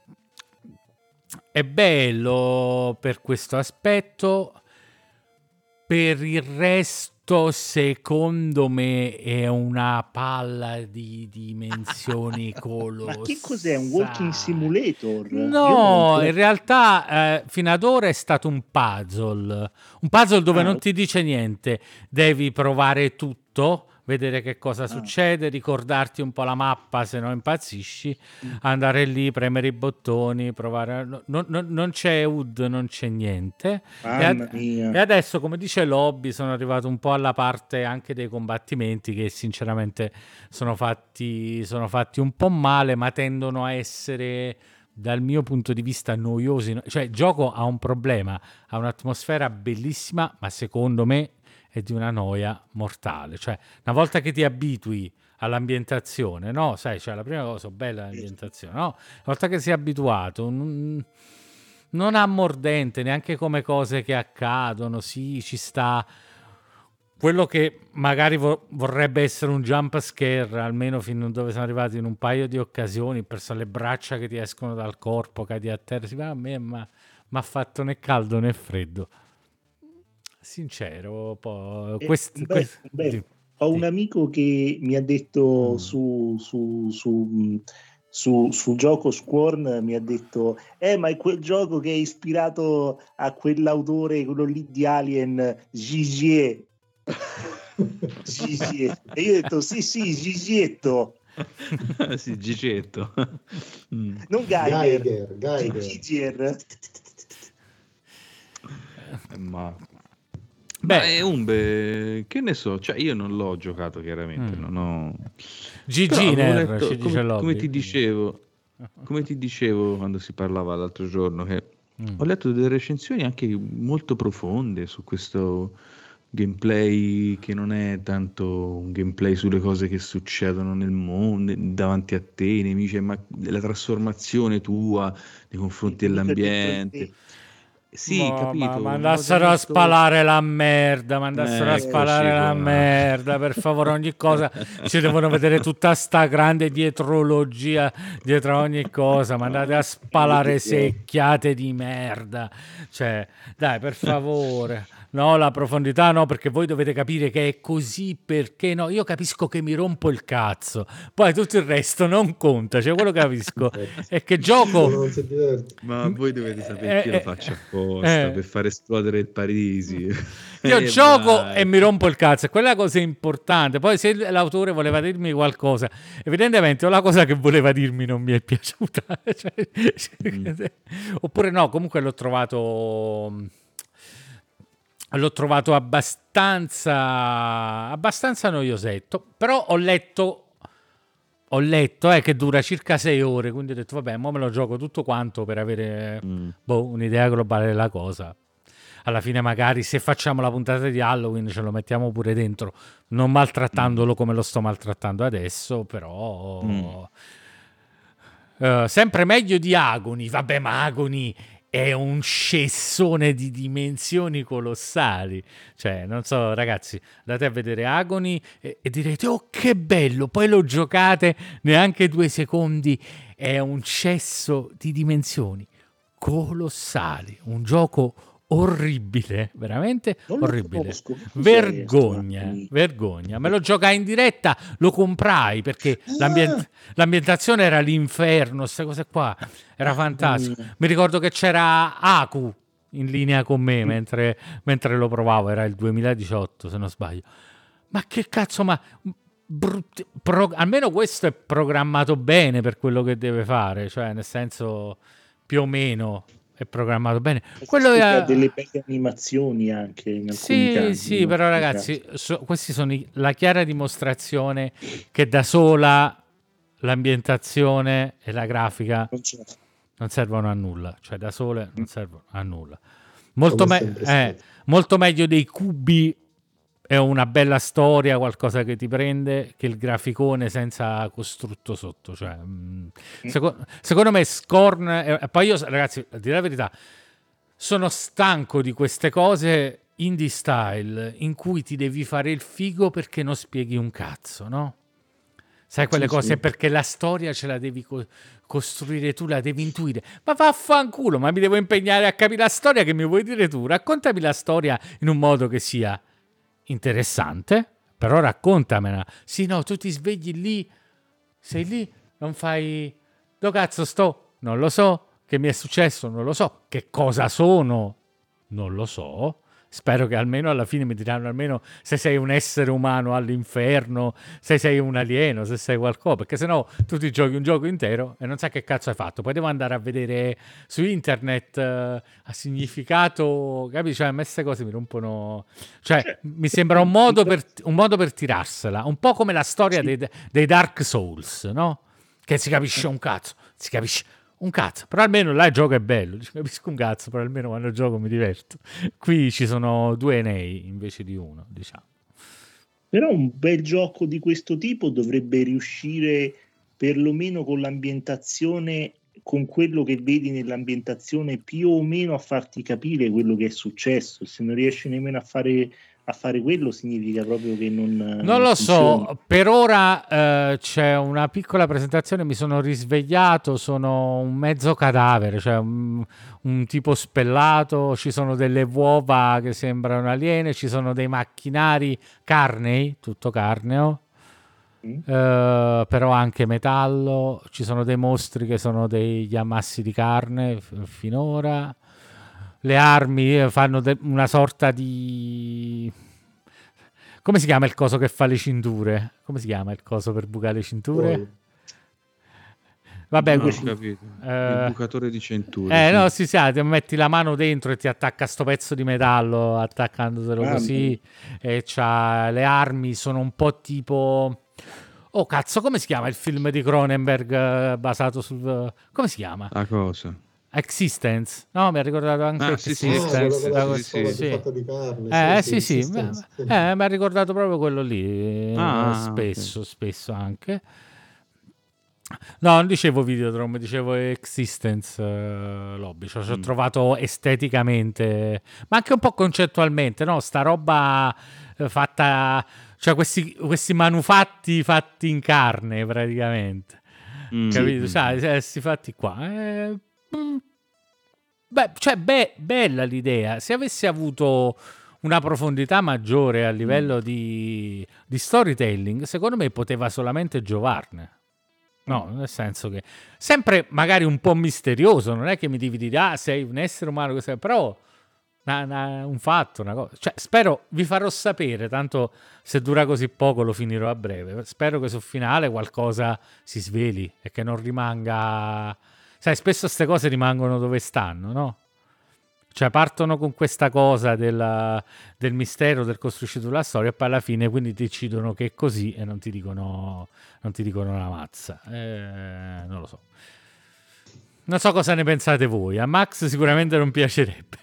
È bello per questo aspetto. Per il resto, secondo me, è una palla di dimensioni colossali. Ma che cos'è? Un walking simulator? No, in realtà fino ad ora è stato un puzzle dove non ti dice niente. Devi provare tutto, vedere che cosa succede, ricordarti un po' la mappa, se no impazzisci, andare lì, premere i bottoni, provare. Non c'è HUD, non c'è niente. E adesso, come dice Lobby, sono arrivato un po' alla parte anche dei combattimenti, che sinceramente sono fatti un po' male, ma tendono a essere, dal mio punto di vista, noiosi. Cioè, il gioco ha un problema, ha un'atmosfera bellissima, ma secondo me è di una noia mortale. Cioè, una volta che ti abitui all'ambientazione, no? Sai, cioè, la prima cosa bella è l'ambientazione, no? Una volta che sei abituato, non ha mordente neanche come cose che accadono. Sì, ci sta quello che magari vorrebbe essere un jump scare, almeno fino a dove sono arrivati in un paio di occasioni, per le braccia che ti escono dal corpo, cadi a terra. A me mi ha fatto né caldo né freddo. Sincero, poi ho un amico che mi ha detto sul gioco Scorn, mi ha detto ma è quel gioco che è ispirato a quell'autore, quello lì di Alien, Gigier. E io ho detto sì, Gigietto. Sì, Gigetto. Non Geiger. Gigier. Ma Umbe, che ne so, cioè io non l'ho giocato chiaramente, non ho... come ti dicevo quando si parlava l'altro giorno, che ho letto delle recensioni anche molto profonde su questo gameplay, che non è tanto un gameplay sulle cose che succedono nel mondo, davanti a te, i nemici, ma la trasformazione tua nei confronti dell'ambiente. Sì, capito. Ma andassero a spalare la merda, merda, per favore. Ogni cosa ci devono vedere tutta sta grande dietrologia dietro ogni cosa. Ma andate a spalare secchiate di merda. Cioè, dai, per favore. no, la profondità no, perché voi dovete capire che è così, perché no, io capisco che mi rompo il cazzo, poi tutto il resto non conta, cioè quello che capisco è che gioco... Ma voi dovete sapere che io lo faccio apposta per far esplodere il Parisi. Io gioco e mi rompo il cazzo, è quella cosa importante. Poi se l'autore voleva dirmi qualcosa, evidentemente o la cosa che voleva dirmi non mi è piaciuta, oppure no, comunque l'ho trovato abbastanza noiosetto, però ho letto che dura circa 6 ore, quindi ho detto vabbè, mo me lo gioco tutto quanto per avere un'idea globale della cosa. Alla fine magari se facciamo la puntata di Halloween ce lo mettiamo pure dentro, non maltrattandolo come lo sto maltrattando adesso, però sempre meglio di Agony. Vabbè, ma Agony è un scessone di dimensioni colossali, cioè non so ragazzi, andate a vedere Agony e direte oh che bello, poi lo giocate neanche 2 secondi, è un cesso di dimensioni colossali, un gioco orribile, veramente orribile. Vergogna. Me lo giocai in diretta, lo comprai perché l'ambientazione era l'inferno, queste cose qua, era fantastico. Mi ricordo che c'era Aku in linea con me mentre lo provavo, era il 2018 se non sbaglio. Ma che cazzo, ma almeno questo è programmato bene per quello che deve fare, cioè nel senso più o meno è programmato bene. Quello ha delle belle animazioni anche in alcuni casi. Sì, però ragazzi, questi sono la chiara dimostrazione che da sola l'ambientazione e la grafica non servono a nulla, cioè da sole non servono a nulla. Molto meglio dei cubi e una bella storia, qualcosa che ti prende, che il graficone senza costrutto sotto, cioè secondo me Scorn poi io ragazzi, a dire la verità, sono stanco di queste cose indie style in cui ti devi fare il figo perché non spieghi un cazzo, no? Sai quelle cose perché la storia ce la devi costruire tu, la devi intuire. Ma vaffanculo, ma mi devo impegnare a capire la storia, che mi vuoi dire tu? Raccontami la storia in un modo che sia interessante, però raccontamela. Sì, no, tu ti svegli lì, sei lì, non fai... Dove cazzo sto? Non lo so. Che mi è successo? Non lo so. Che cosa sono? Non lo so. Spero che almeno alla fine mi diranno almeno se sei un essere umano all'inferno, se sei un alieno, se sei qualcosa, perché sennò tu ti giochi un gioco intero e non sai che cazzo hai fatto. Poi devo andare a vedere su internet a significato, capisci? Cioè a me queste cose mi rompono, cioè mi sembra un modo per tirarsela, un po' come la storia dei Dark Souls, no? Che si capisce un cazzo, si capisce un cazzo, però almeno là il gioco è bello, capisco un cazzo, però almeno quando gioco mi diverto. Qui ci sono 2 Enei invece di 1, diciamo. Però un bel gioco di questo tipo dovrebbe riuscire perlomeno con l'ambientazione, con quello che vedi nell'ambientazione, più o meno a farti capire quello che è successo. Se non riesci nemmeno a fare quello, significa proprio che non lo so. Per ora c'è una piccola presentazione, mi sono risvegliato, sono un mezzo cadavere, cioè un tipo spellato, ci sono delle uova che sembrano aliene, ci sono dei macchinari carnei, tutto carneo, però anche metallo, ci sono dei mostri che sono degli ammassi di carne finora. Le armi fanno una sorta di... Come si chiama il coso che fa le cinture? Come si chiama il coso per bucare le cinture? Vabbè, non ho capito. Il bucatore di cinture. No, sì, ti metti la mano dentro e ti attacca sto pezzo di metallo, attaccandotelo così. E c'ha le armi, sono un po' tipo... Oh, cazzo, come si chiama il film di Cronenberg basato sul... Come si chiama? La cosa? Existence, no? Mi ha ricordato anche Existence. Fatta di carne. Sì. Mi ha ricordato proprio quello lì. Spesso anche. No, non dicevo Videodrome, dicevo Existence Lobby. Ci ho trovato esteticamente, ma anche un po' concettualmente, no? Sta roba fatta, cioè questi manufatti fatti in carne praticamente. Capito? Sai, questi fatti qua. Bella l'idea. Se avessi avuto una profondità maggiore a livello di storytelling, secondo me poteva solamente giovarne. No, nel senso che sempre magari un po' misterioso, non è che mi devi dire sei un essere umano, però un fatto, una cosa. Cioè, spero, vi farò sapere, tanto se dura così poco lo finirò a breve. Spero che sul finale qualcosa si sveli e che non rimanga... Sai, spesso queste cose rimangono dove stanno, no? Cioè partono con questa cosa del mistero del costruito la storia e poi alla fine quindi decidono che è così e non ti dicono una mazza. Non lo so. Non so cosa ne pensate voi. A Max sicuramente non piacerebbe.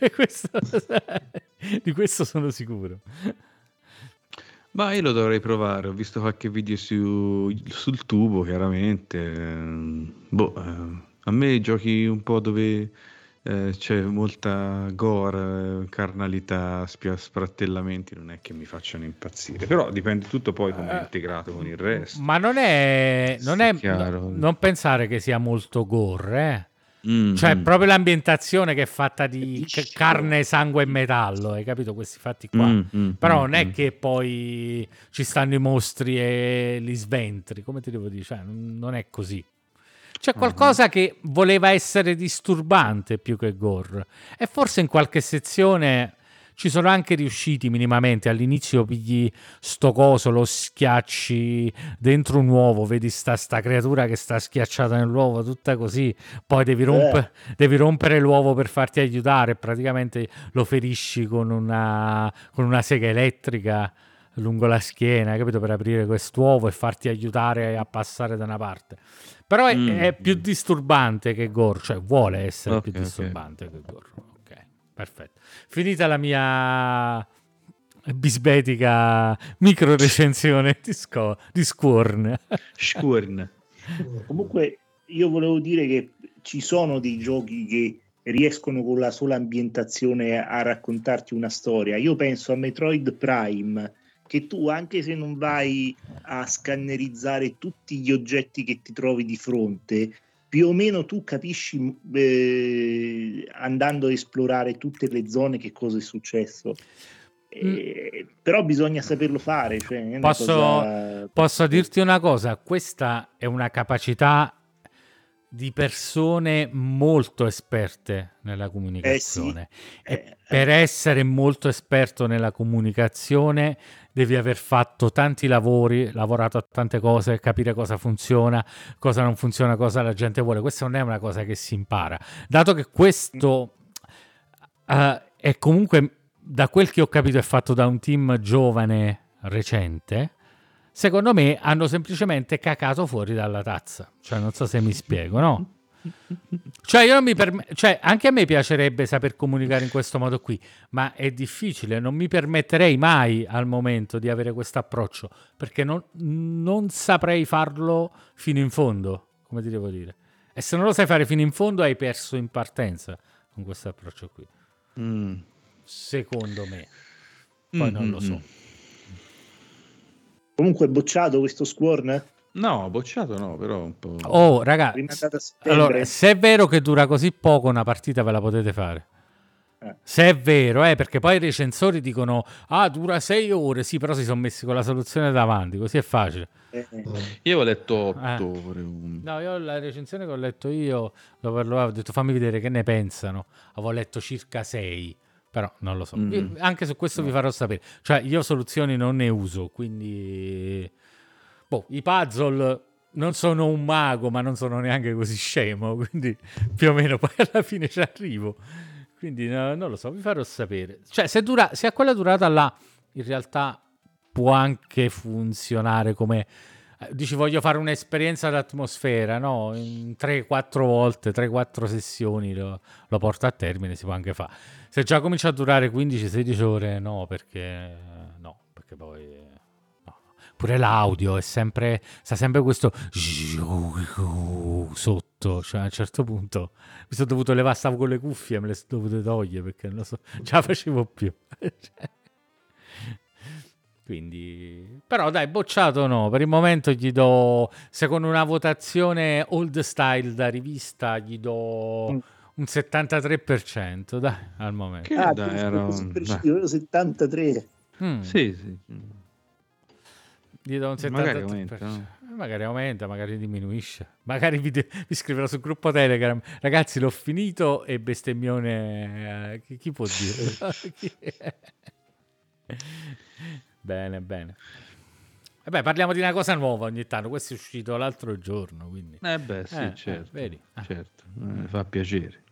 Di questo sono sicuro. Ma io lo dovrei provare. Ho visto qualche video sul tubo, chiaramente. A me i giochi un po' dove c'è molta gore, carnalità, sprattellamenti, non è che mi facciano impazzire. Però dipende tutto poi come è integrato con il resto. Ma non è non pensare che sia molto gore, cioè proprio l'ambientazione che è fatta di carne, sangue e metallo, hai capito, questi fatti qua. Però non è che poi ci stanno i mostri e li sventri, come ti devo dire, cioè, non è così. C'è qualcosa che voleva essere disturbante più che gore, e forse in qualche sezione ci sono anche riusciti minimamente. All'inizio pigli sto coso, lo schiacci dentro un uovo, vedi sta creatura che sta schiacciata nell'uovo, tutta così, poi devi rompere l'uovo per farti aiutare, praticamente lo ferisci con una sega elettrica lungo la schiena, capito, per aprire quest'uovo e farti aiutare a passare da una parte. Però è più disturbante che gore, cioè vuole essere più disturbante che gore. Ok, perfetto. Finita la mia bisbetica micro recensione di Squorn. Comunque io volevo dire che ci sono dei giochi che riescono con la sola ambientazione a raccontarti una storia. Io penso a Metroid Prime, che tu, anche se non vai a scannerizzare tutti gli oggetti che ti trovi di fronte, più o meno tu capisci andando a esplorare tutte le zone che cosa è successo. Però bisogna saperlo fare. Cioè, posso dirti una cosa? Questa è una capacità di persone molto esperte nella comunicazione. E per essere molto esperto nella comunicazione devi aver fatto tanti lavori, lavorato a tante cose, capire cosa funziona, cosa non funziona, cosa la gente vuole. Questa non è una cosa che si impara. Dato che questo è comunque, da quel che ho capito, è fatto da un team giovane, recente, secondo me hanno semplicemente cacato fuori dalla tazza. Cioè, non so se mi spiego, no? Cioè, io non mi cioè, anche a me piacerebbe saper comunicare in questo modo qui, ma è difficile. Non mi permetterei mai al momento di avere questo approccio, perché non saprei farlo fino in fondo, come ti devo dire. E se non lo sai fare fino in fondo, hai perso in partenza con questo approccio qui. Secondo me. Poi non lo so. Comunque è bocciato questo Squorn? No, bocciato no, però un po'... Oh, ragazzi, allora, se è vero che dura così poco, una partita ve la potete fare. Se è vero, perché poi i recensori dicono dura 6 ore, sì, però si sono messi con la soluzione davanti, così è facile. Io ho letto 8 ore. No, io la recensione che ho letto io, ho detto fammi vedere che ne pensano. Avevo letto circa 6, però non lo so. Anche su questo vi farò sapere. Cioè, io soluzioni non ne uso, quindi... i puzzle, non sono un mago, ma non sono neanche così scemo, quindi più o meno poi alla fine ci arrivo. Quindi non lo so, vi farò sapere. Cioè, se a quella durata là, in realtà può anche funzionare come... dici, voglio fare un'esperienza d'atmosfera, no? In 3-4 volte, 3-4 sessioni lo porto a termine, si può anche fare. Se già comincia a durare 15-16 ore, no, perché poi... Pure l'audio sta sempre questo sotto, cioè a un certo punto mi sono dovuto levare, stavo con le cuffie, me le sono dovute togliere perché non lo so, ce la facevo più. Quindi, però dai, bocciato no, per il momento gli do, secondo una votazione old style da rivista, gli do Un 73%, dai, al momento. Che era così preciso, 73. Sì. Gli do un 73%. Magari aumenta, magari diminuisce. Magari vi scriverò sul gruppo Telegram. Ragazzi, l'ho finito e bestemmione. Chi può dire? Bene. Vabbè, parliamo di una cosa nuova ogni tanto. Questo è uscito l'altro giorno, quindi. Sì, certo. Vedi? Certo, fa piacere.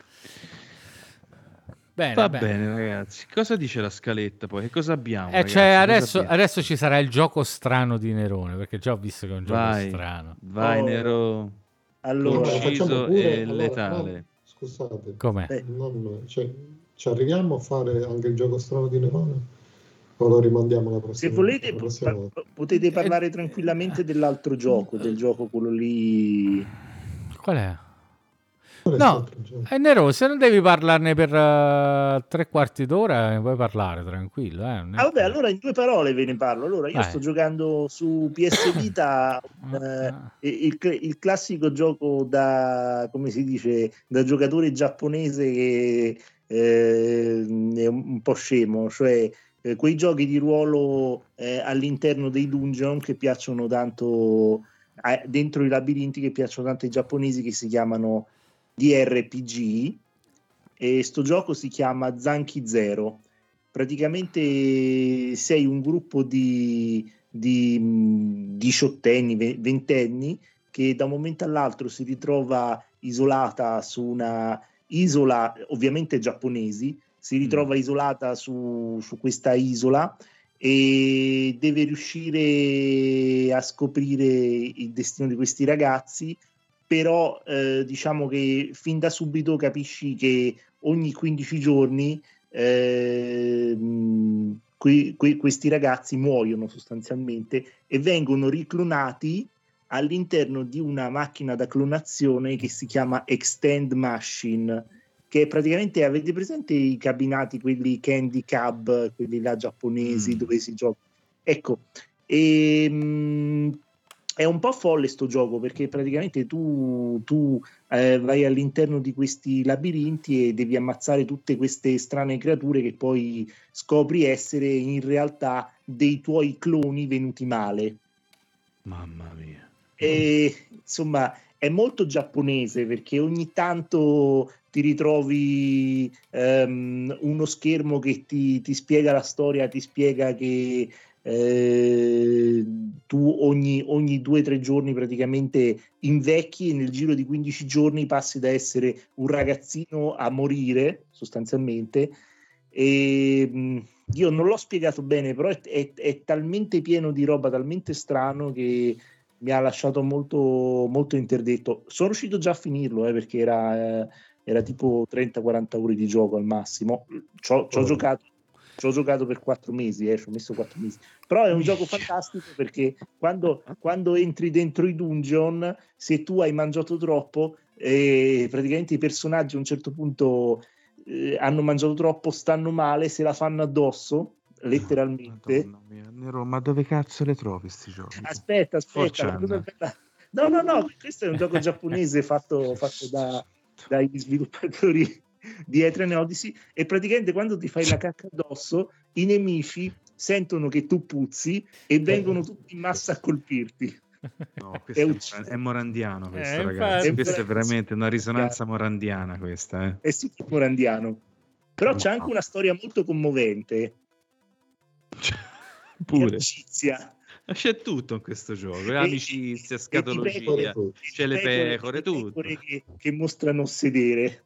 Bene. Bene, ragazzi. Cosa dice la scaletta poi? Che cosa abbiamo? Adesso ci sarà il gioco strano di Nerone, perché già ho visto che è un gioco strano. Vai, Nero. Allora, conciso e letale. No, scusate. Com'è? Ci arriviamo a fare anche il gioco strano di Nerone? O lo rimandiamo la prossima? Se volete, potete parlare tranquillamente dell'altro gioco, del gioco quello lì. Qual è? No, è Nero, se non devi parlarne per 3/4 d'ora, puoi parlare tranquillo. Vabbè, allora in 2 parole ve ne parlo. Allora, io sto giocando su PS Vita il classico gioco da, come si dice, da giocatore giapponese che è un po' scemo, cioè quei giochi di ruolo all'interno dei dungeon che piacciono tanto, dentro i labirinti che piacciono tanto ai giapponesi, che si chiamano DRPG, e sto gioco si chiama Zanki Zero. Praticamente sei un gruppo di diciottenni, ventenni, che da un momento all'altro si ritrova isolata su una isola, ovviamente giapponesi, si ritrova isolata su questa isola e deve riuscire a scoprire il destino di questi ragazzi. Però diciamo che fin da subito capisci che ogni 15 giorni questi ragazzi muoiono sostanzialmente e vengono riclonati all'interno di una macchina da clonazione che si chiama Extend Machine, che praticamente, avete presente i cabinati, quelli Candy Cab, quelli là giapponesi dove si gioca? Ecco, è un po' folle sto gioco, perché praticamente tu vai all'interno di questi labirinti e devi ammazzare tutte queste strane creature che poi scopri essere in realtà dei tuoi cloni venuti male. Mamma mia. E insomma è molto giapponese, perché ogni tanto ti ritrovi uno schermo che ti spiega la storia, ti spiega che tu ogni 2-3 giorni praticamente invecchi e nel giro di 15 giorni passi da essere un ragazzino a morire sostanzialmente. E io non l'ho spiegato bene, però è talmente pieno di roba, talmente strano, che mi ha lasciato molto, molto interdetto. Sono riuscito già a finirlo, perché era tipo 30-40 ore di gioco al massimo. Ci ho giocato per 4 mesi, ci ho messo 4 mesi. Però è un gioco fantastico, perché quando entri dentro i dungeon, se tu hai mangiato troppo, praticamente i personaggi a un certo punto hanno mangiato troppo, stanno male, se la fanno addosso, letteralmente. Madonna mia, Nero, ma dove cazzo le trovi sti giochi? Aspetta. No, questo è un gioco giapponese fatto dagli sviluppatori di Etrian Odyssey, e praticamente quando ti fai la cacca addosso, i nemici sentono che tu puzzi e vengono tutti in massa a colpirti. No, questo è morandiano, questo, ragazzi. Questa è veramente una risonanza morandiana, questa. È super morandiano. Però c'è anche una storia molto commovente. Pure. Amicizia. C'è tutto in questo gioco, amicizia, scatologia, c'è le pecore, tutto. Che mostrano sedere.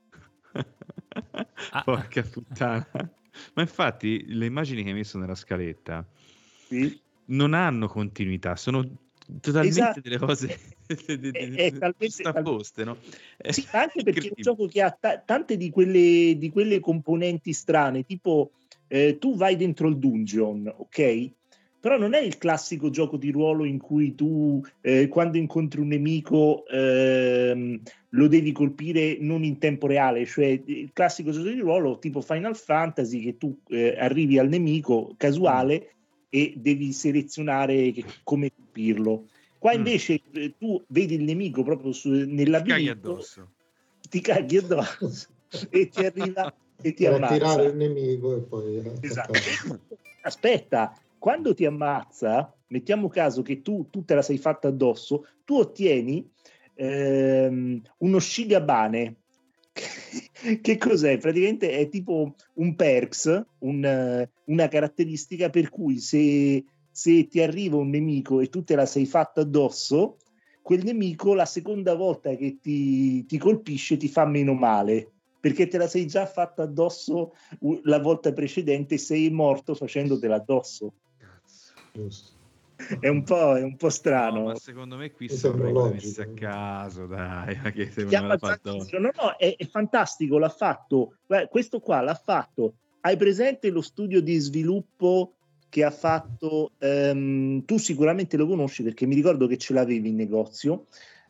Porca puttana. Ma infatti le immagini che hai messo nella scaletta non hanno continuità, sono totalmente delle cose stapposte, no? Sì, anche perché è un gioco che ha tante di quelle componenti strane, tipo tu vai dentro il dungeon, ok? Però non è il classico gioco di ruolo in cui tu quando incontri un nemico lo devi colpire non in tempo reale, cioè il classico gioco di ruolo tipo Final Fantasy, che tu arrivi al nemico casuale e devi selezionare come colpirlo. Qua invece tu vedi il nemico proprio nel labirinto, ti caghi addosso e ti arriva e ti per ammazza. attirare il nemico e poi Esatto. Aspetta, quando ti ammazza, mettiamo caso che tu te la sei fatta addosso, tu ottieni uno scigliabane. Che cos'è? Praticamente è tipo un perks, una caratteristica per cui se ti arriva un nemico e tu te la sei fatta addosso, quel nemico la seconda volta che ti colpisce ti fa meno male, perché te la sei già fatta addosso la volta precedente, sei morto facendotela addosso. Giusto. È un po' strano. No, ma secondo me qui Mi sono sembra regole logico. messe a caso, dai, ma che se me Chiama l'ha fatto. No, è fantastico, l'ha fatto. Questo qua l'ha fatto. Hai presente lo studio di sviluppo che ha fatto? Tu sicuramente lo conosci perché mi ricordo che ce l'avevi in negozio.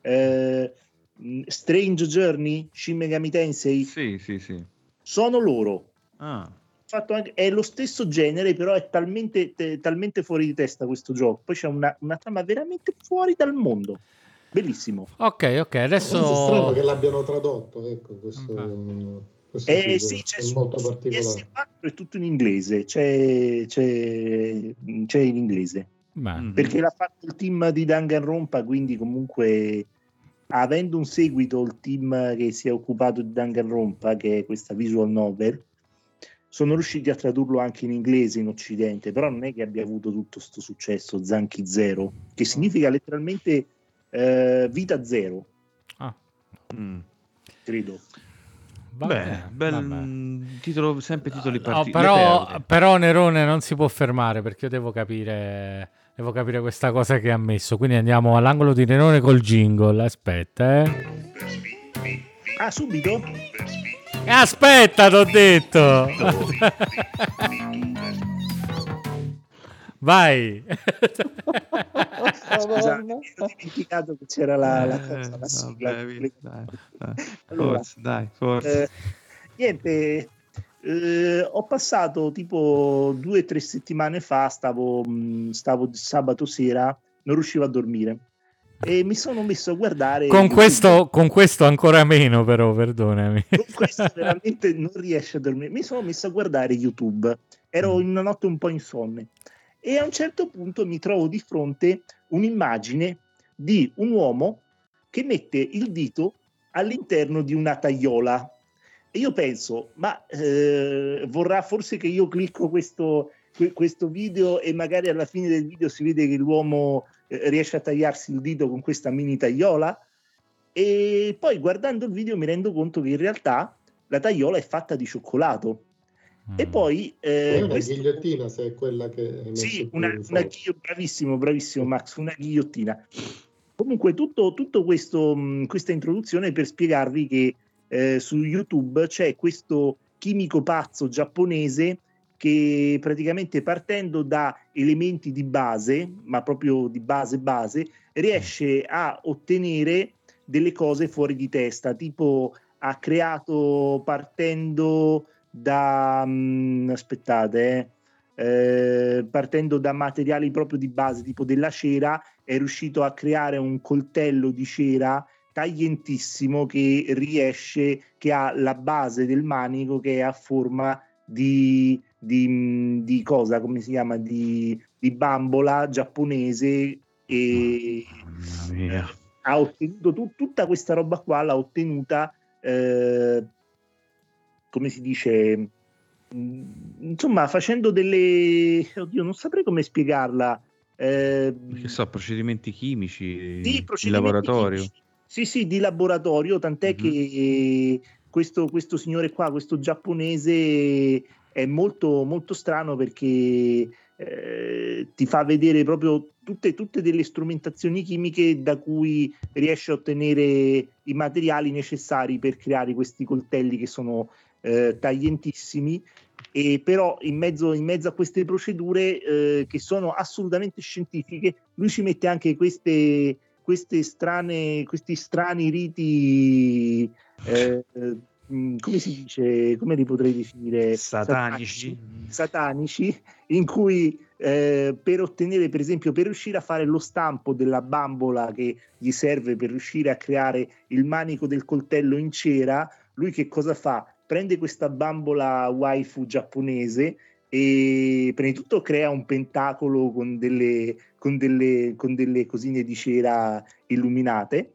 Strange Journey, Shin Megami Tensei. Sì. Sono loro. Ah. Fatto anche, è lo stesso genere, però è talmente fuori di testa questo gioco. Poi c'è una trama veramente fuori dal mondo. Bellissimo. Ok, adesso... È strano che l'abbiano tradotto, ecco, questo Sì, titolo. c'è È molto particolare. PS4 è tutto in inglese, c'è in inglese. Perché l'ha fatto il team di Danganronpa, quindi comunque avendo un seguito il team che si è occupato di Danganronpa, che è questa visual novel, sono riusciti a tradurlo anche in inglese in Occidente, però non è che abbia avuto tutto sto successo Zanchi Zero, che significa letteralmente vita zero. Credo. Bel titolo, sempre titoli partiti. Però Nerone non si può fermare perché io devo capire questa cosa che ha messo. Quindi andiamo all'angolo di Nerone col jingle. Aspetta, Ah, subito? Aspetta, t'ho detto. Vai. Scusate, mi ero dimenticato che c'era la sigla. Vabbè, allora, forse. Niente, ho passato tipo 2 o 3 settimane fa, stavo sabato sera, non riuscivo a dormire e mi sono messo a guardare con questo ancora meno, però perdonami. Con questo veramente non riesce a dormire. Mi sono messo a guardare YouTube, ero in una notte un po' insonne e a un certo punto mi trovo di fronte un'immagine di un uomo che mette il dito all'interno di una tagliola e io penso, ma vorrà forse che io clicco questo video e magari alla fine del video si vede che l'uomo riesce a tagliarsi il dito con questa mini tagliola? E poi guardando il video mi rendo conto che in realtà la tagliola è fatta di cioccolato. E poi è una ghigliottina, se è quella che hai messo sì, bravissimo Max, una ghigliottina. Comunque tutto questa introduzione per spiegarvi che su YouTube c'è questo chimico pazzo giapponese che praticamente partendo da elementi di base, ma proprio di base, riesce a ottenere delle cose fuori di testa, tipo ha creato partendo da partendo da materiali proprio di base, tipo della cera, è riuscito a creare un coltello di cera taglientissimo che ha la base del manico che è a forma di cosa, come si chiama, di bambola giapponese e ha ottenuto tutta questa roba qua, l'ha ottenuta come si dice, insomma facendo oddio non saprei come spiegarla, che so, procedimenti chimici di laboratorio chimici. Sì, di laboratorio, tant'è che questo signore qua, questo giapponese è molto molto strano perché ti fa vedere proprio tutte delle strumentazioni chimiche da cui riesce a ottenere i materiali necessari per creare questi coltelli che sono taglientissimi, e però in mezzo a queste procedure che sono assolutamente scientifiche, lui ci mette anche questi strani riti come si dice, come li potrei definire? Satanici, in cui per ottenere, per esempio, per riuscire a fare lo stampo della bambola che gli serve per riuscire a creare il manico del coltello in cera, lui che cosa fa? Prende questa bambola waifu giapponese e prima di tutto crea un pentacolo con delle cosine di cera illuminate.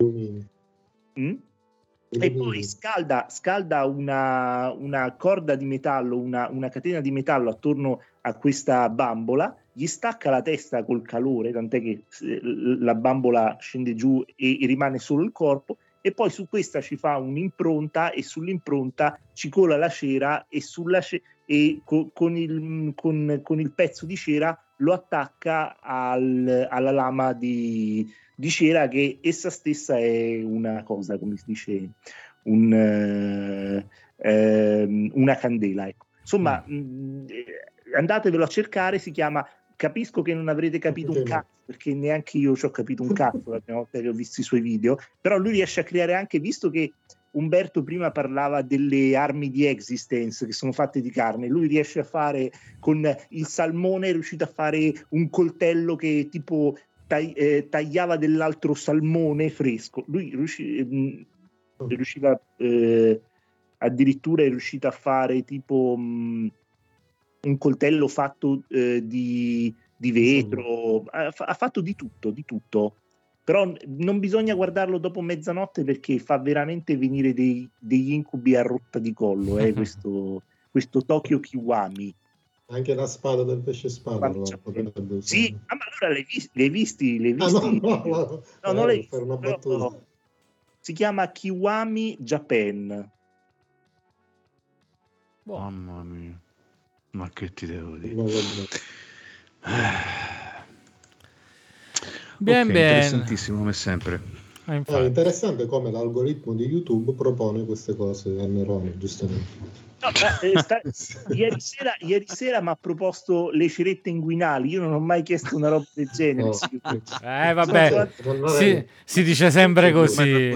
E poi scalda una corda di metallo, una catena di metallo attorno a questa bambola, gli stacca la testa col calore, tant'è che la bambola scende giù e rimane solo il corpo, e poi su questa ci fa un'impronta e sull'impronta ci cola la cera e con il pezzo di cera lo attacca alla lama di cera, che essa stessa è una cosa, come si dice, una candela, ecco. Insomma, andatevelo a cercare, si chiama, capisco che non avrete capito un cazzo, perché neanche io ci ho capito un cazzo la prima volta che ho visto i suoi video, però lui riesce a creare anche, visto che Umberto prima parlava delle armi di Existence che sono fatte di carne, lui riesce a fare con il salmone, è riuscito a fare un coltello che tipo tagliava dell'altro salmone fresco. Lui riusciva addirittura è riuscito a fare tipo un coltello fatto di vetro, ha fatto di tutto, però non bisogna guardarlo dopo mezzanotte perché fa veramente venire degli incubi a rotta di collo, questo Tokyo Kiwami. Anche la spada del pesce spada sì, ma allora l'hai visti? No, non l'hai visto, una battuta. Si chiama Kiwami Japan. Mamma mia, ma che ti devo dire? Bien, interessantissimo come sempre. È interessante come l'algoritmo di YouTube propone queste cose a Nerone, giustamente. No, ieri sera mi ha proposto le cerette inguinali. Io non ho mai chiesto una roba del genere. Vabbè, si dice sempre così.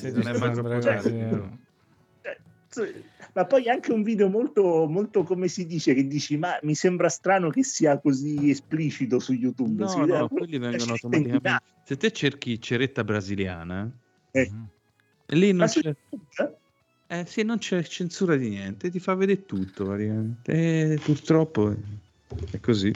Ma poi anche un video molto, molto, come si dice, che dici, ma mi sembra strano che sia così esplicito su YouTube. No, quelli vengono automaticamente. Se te cerchi ceretta brasiliana, lì non c'è. Sì, non c'è censura di niente, ti fa vedere tutto praticamente. Purtroppo è così.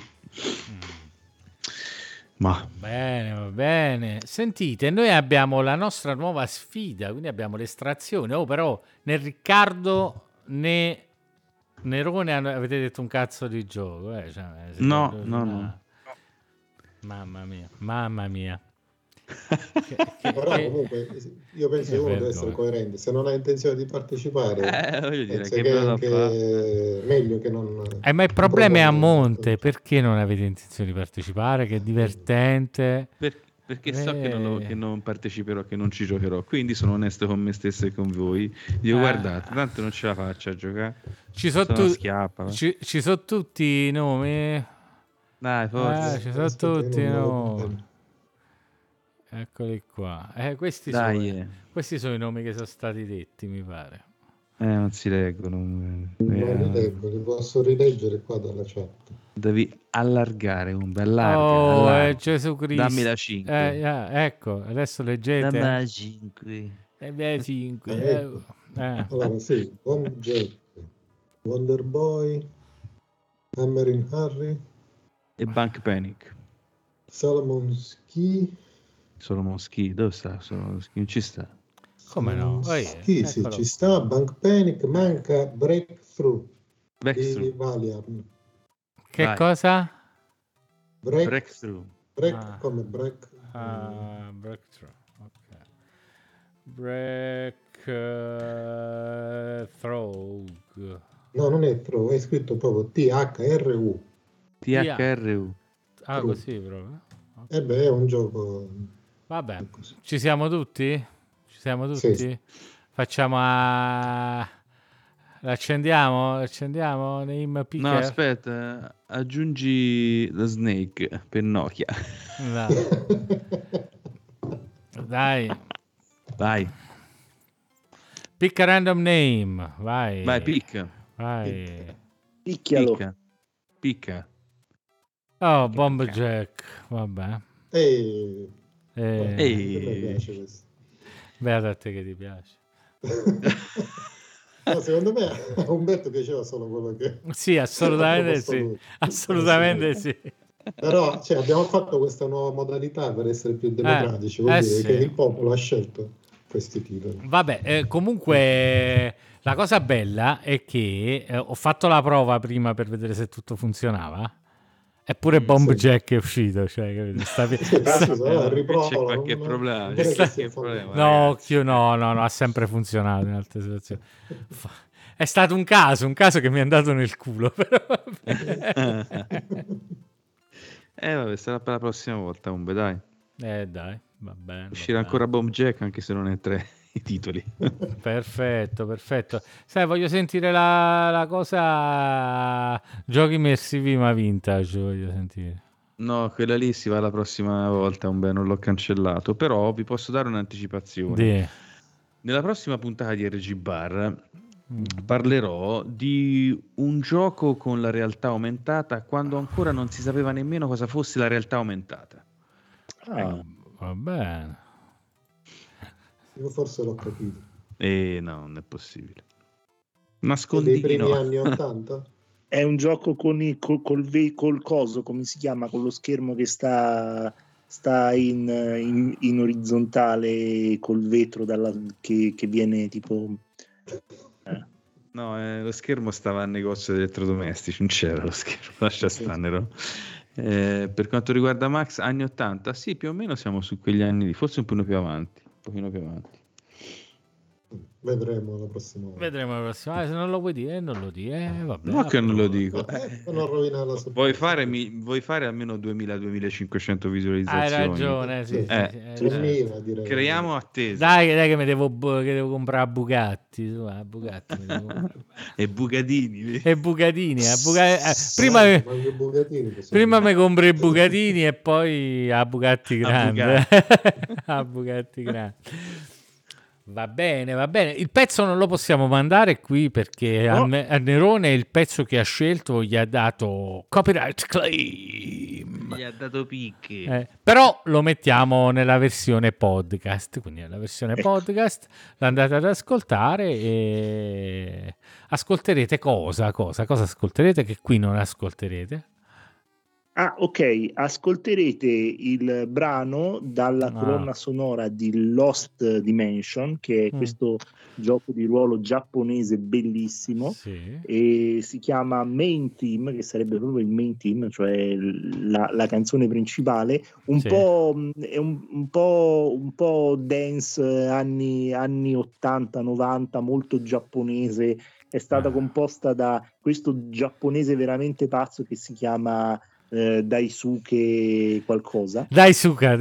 Ma va bene. Sentite, noi abbiamo la nostra nuova sfida, quindi abbiamo l'estrazione. Però né Riccardo né Nerone avete detto un cazzo di gioco. No. Mamma mia. Però comunque io penso che uno deve essere coerente. Se non ha intenzione di partecipare, voglio dire, che meglio che non. Ma il problema è a monte. Perché non avete intenzione di partecipare? Che è divertente. Perché so che non parteciperò, che non ci giocherò. Quindi sono onesto con me stesso e con voi. Dico, guardate, tanto non ce la faccio a giocare. Ci sono tutti i nomi. Dai, forza. Ci sono tutti i nomi. Eccoli qua. Questi sono i nomi che sono stati detti, mi pare. Non si leggono. Non li leggo, li posso rileggere qua dalla chat. Devi allargare un bel Gesù Cristo. Dammi la 5. Ecco, adesso leggete. Dammi la 5. 5. Allora sì, Home Jack, Wonder Boy, Hammering Harry e Bank Panic. Solomon Ski, dove sta Solomon Ski? Non ci sta. Come no? Sì, ci sta. Bank Panic, manca Breakthrough. Di Valiant. Che cosa? Breakthrough. Come break? Breakthrough. Ok. Breakthrough. No, non è Through, è scritto proprio THRU. THRU. Così proprio. È un gioco. Vabbè, ci siamo tutti? Sì. Facciamo l'accendiamo Name Picker? No, aspetta, aggiungi la Snake per Nokia. Dai. Vai. Pick a random name, vai. Vai, picca. Vai. Picchialo. Picca. Oh, Bomb Jack, vabbè. Ehi. Ehi. Mi piace questo. Beata a te che ti piace. No, secondo me a Umberto piaceva solo quello che... Sì, assolutamente sì. Assolutamente sì. Però abbiamo fatto questa nuova modalità per essere più democratici, vuol dire sì. che il popolo ha scelto questi titoli. Vabbè, comunque la cosa bella è che ho fatto la prova prima per vedere se tutto funzionava. Eppure Bomb Jack è uscito, cioè, c'è qualche problema. No, ha sempre funzionato in altre situazioni. È stato un caso che mi è andato nel culo, però vabbè, sarà per la prossima volta, Umbe, dai. Dai, va bene. Uscirà ancora Bomb Jack, anche se non è 3 i titoli. Perfetto. Sai, voglio sentire la cosa giochi immersivi ma vintage, voglio sentire. No, quella lì si va la prossima volta, non l'ho cancellato, però vi posso dare un'anticipazione. Nella prossima puntata di RG Bar parlerò di un gioco con la realtà aumentata quando ancora non si sapeva nemmeno cosa fosse la realtà aumentata. Va bene. Io forse l'ho capito. No, non è possibile. Nascondino. Dei primi anni 80? È un gioco col coso, come si chiama? Con lo schermo che sta in orizzontale col vetro che viene tipo... No, lo schermo stava al negozio di elettrodomestici, non c'era lo schermo, lascia stare, no? Per quanto riguarda Max, anni 80, sì, più o meno siamo su quegli anni lì, forse un pochino più avanti. Vedremo la prossima volta. Se non lo vuoi dire, non lo dire. Vabbè, no, che non lo dico. Non rovina la vuoi fare almeno 2000-2500 visualizzazioni? Hai ragione, sì. 3000, direi. Creiamo attesa. Dai che mi devo comprare Bugatti. Bugatti e Bugadini. Prima mi compri i Bugatini e poi a Bugatti grande. A Bugatti grande. Va bene. Il pezzo non lo possiamo mandare qui perché a Nerone il pezzo che ha scelto gli ha dato copyright claim. Gli ha dato picchi. Però lo mettiamo nella versione podcast. Quindi nella versione podcast l'andate ad ascoltare e ascolterete cosa ascolterete che qui non ascolterete. Ok, ascolterete il brano dalla colonna sonora di Lost Dimension, che è questo gioco di ruolo giapponese bellissimo, e si chiama Main Theme, che sarebbe proprio il main theme, cioè la canzone principale, è un po' dance anni 80-90, molto giapponese. È stata composta da questo giapponese veramente pazzo che si chiama Daisuke qualcosa. Daisuke.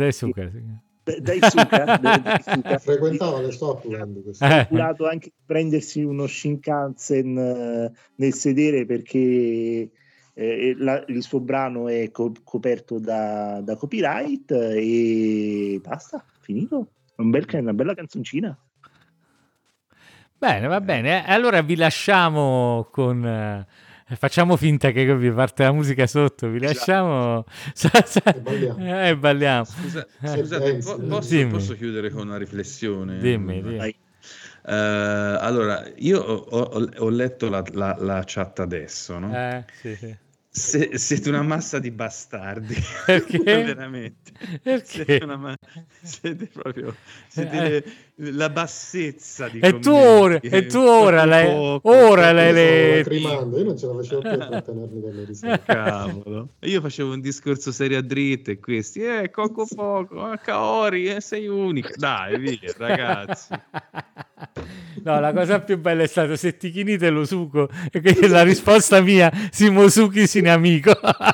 Frequentava le Stockland. Ha curato anche prendersi uno Shinkansen nel sedere perché il suo brano è coperto da copyright e basta, finito. Una bella canzoncina. Bene, va bene. Allora vi lasciamo con... facciamo finta che vi parte la musica sotto, vi lasciamo e balliamo. Scusate, posso chiudere con una riflessione? Dimmi. Allora, io ho letto la chat adesso, no? Sì. Siete una massa di bastardi. Perché? Veramente. Perché? Siete proprio la bassezza di e tu ora l'hai letto. Io non ce la facevo più a trattenermi dalle risate. Cavolo. Io facevo un discorso serio a dritto e questi Coco Poco, Kaori, sei unico. Dai, via, ragazzi. No, la cosa più bella è stata se ti chinite lo suco e che la risposta mia Simosuki sin amico.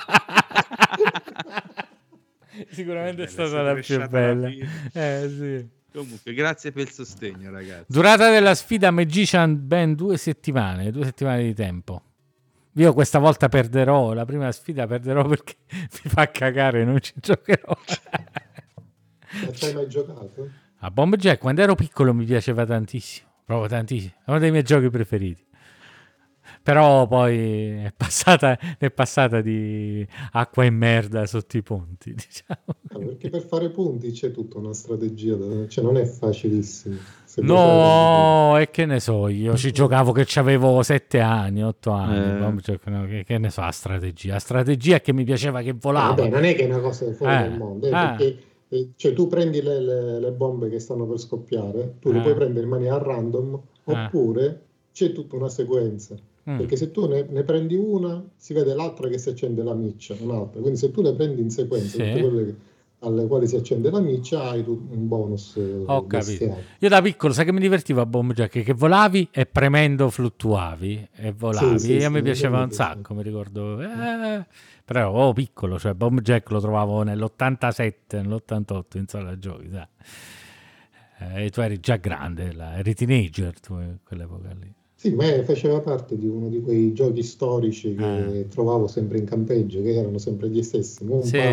Sicuramente è stata la più bella. Sì. Comunque, grazie per il sostegno, ragazzi. Durata della sfida Magician ben 2 settimane di tempo. Io questa volta perderò, la prima sfida perderò perché mi fa cagare, non ci giocherò. Ma ci hai mai giocato? A Bomb Jack quando ero piccolo mi piaceva tantissimo. proprio tantissimo, è uno dei miei giochi preferiti. Però poi è passata di acqua e merda sotto i ponti, diciamo. Perché per fare punti c'è tutta una strategia, cioè non è facilissimo. No, e che ne so, io ci giocavo che avevo 7 anni, 8 anni, che ne so, la strategia è che mi piaceva che volava. Vabbè, non è che è una cosa fuori dal mondo, perché cioè, tu prendi le bombe che stanno per scoppiare, tu le puoi prendere in maniera random, oppure c'è tutta una sequenza. Perché se tu ne prendi una, si vede l'altra che si accende la miccia, un'altra. Quindi se tu le prendi in sequenza, tutte quelle alle quali si accende la miccia, hai un bonus. Ho capito. Io da piccolo, sai che mi divertivo a Bomb Jack? Che volavi e premendo fluttuavi e volavi. E a me piaceva un sacco, mi ricordo. Però ero piccolo, cioè Bomb Jack lo trovavo nell'87, nell'88 in sala giochi, sai. E tu eri già grande, eri teenager tu in quell'epoca lì. Sì, ma faceva parte di uno di quei giochi storici che trovavo sempre in campeggio, che erano sempre gli stessi.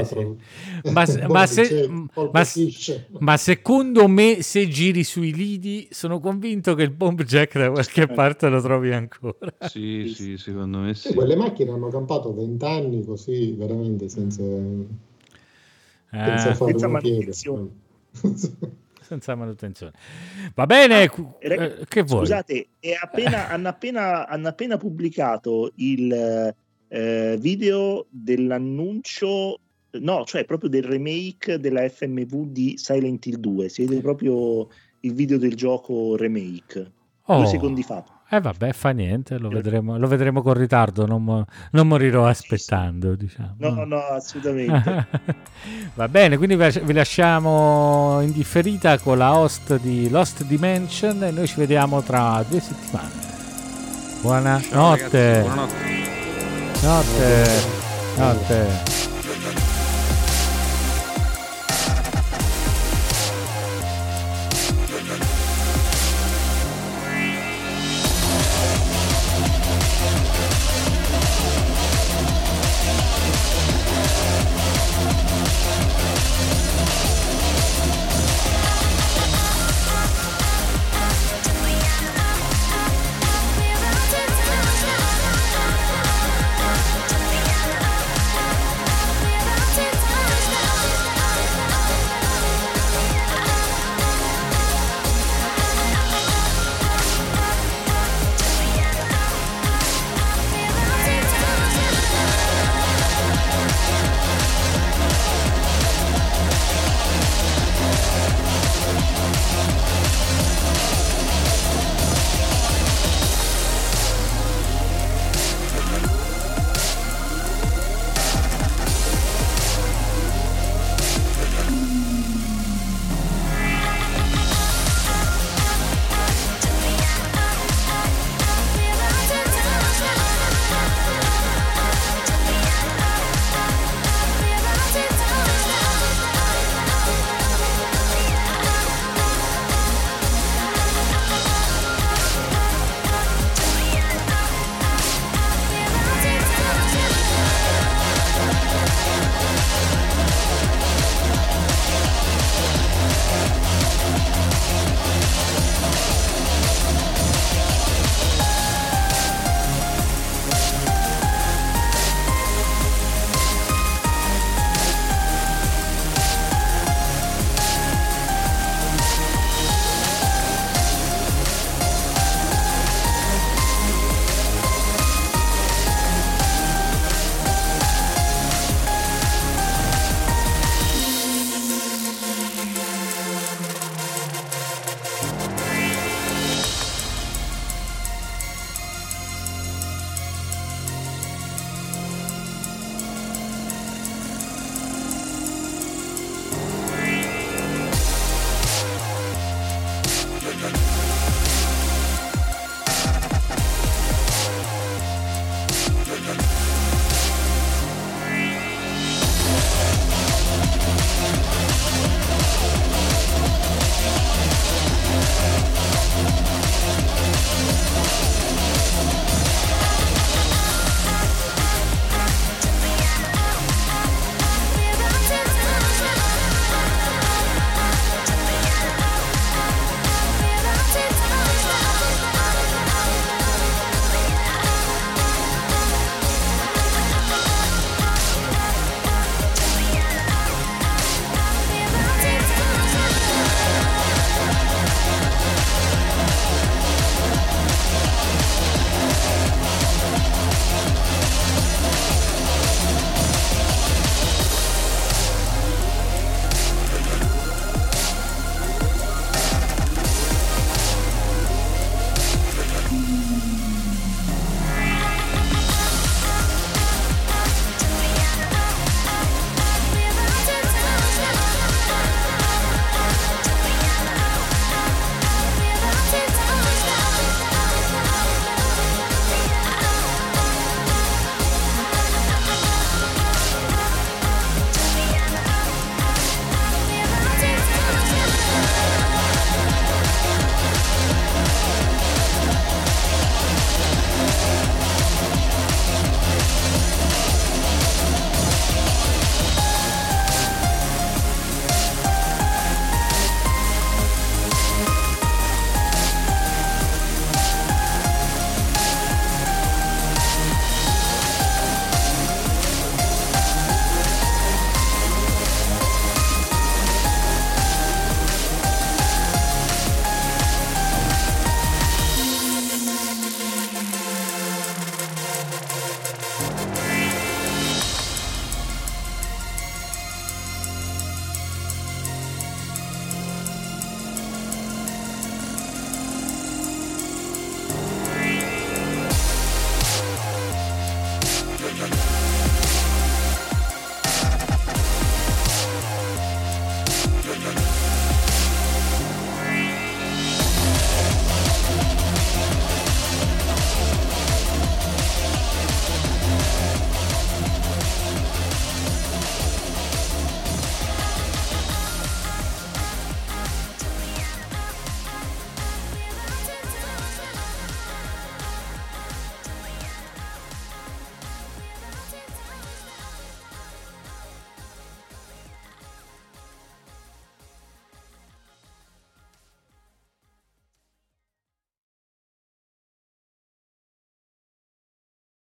Ma secondo me, se giri sui lidi, sono convinto che il Bomb Jack da qualche parte lo trovi ancora. Sì, secondo me sì. Quelle macchine hanno campato 20 anni così, veramente senza fare un piede. Senza manutenzione. Va bene, che vuoi? Scusate, hanno appena pubblicato il video dell'annuncio, no, cioè proprio del remake della FMV di Silent Hill 2. Si vede proprio il video del gioco remake 2 secondi fa. Vabbè, fa niente, lo vedremo con ritardo, non morirò aspettando, diciamo. No, assolutamente. Va bene, quindi vi lasciamo in differita con la host di Lost Dimension e noi ci vediamo tra 2 settimane. Buonanotte. Notte.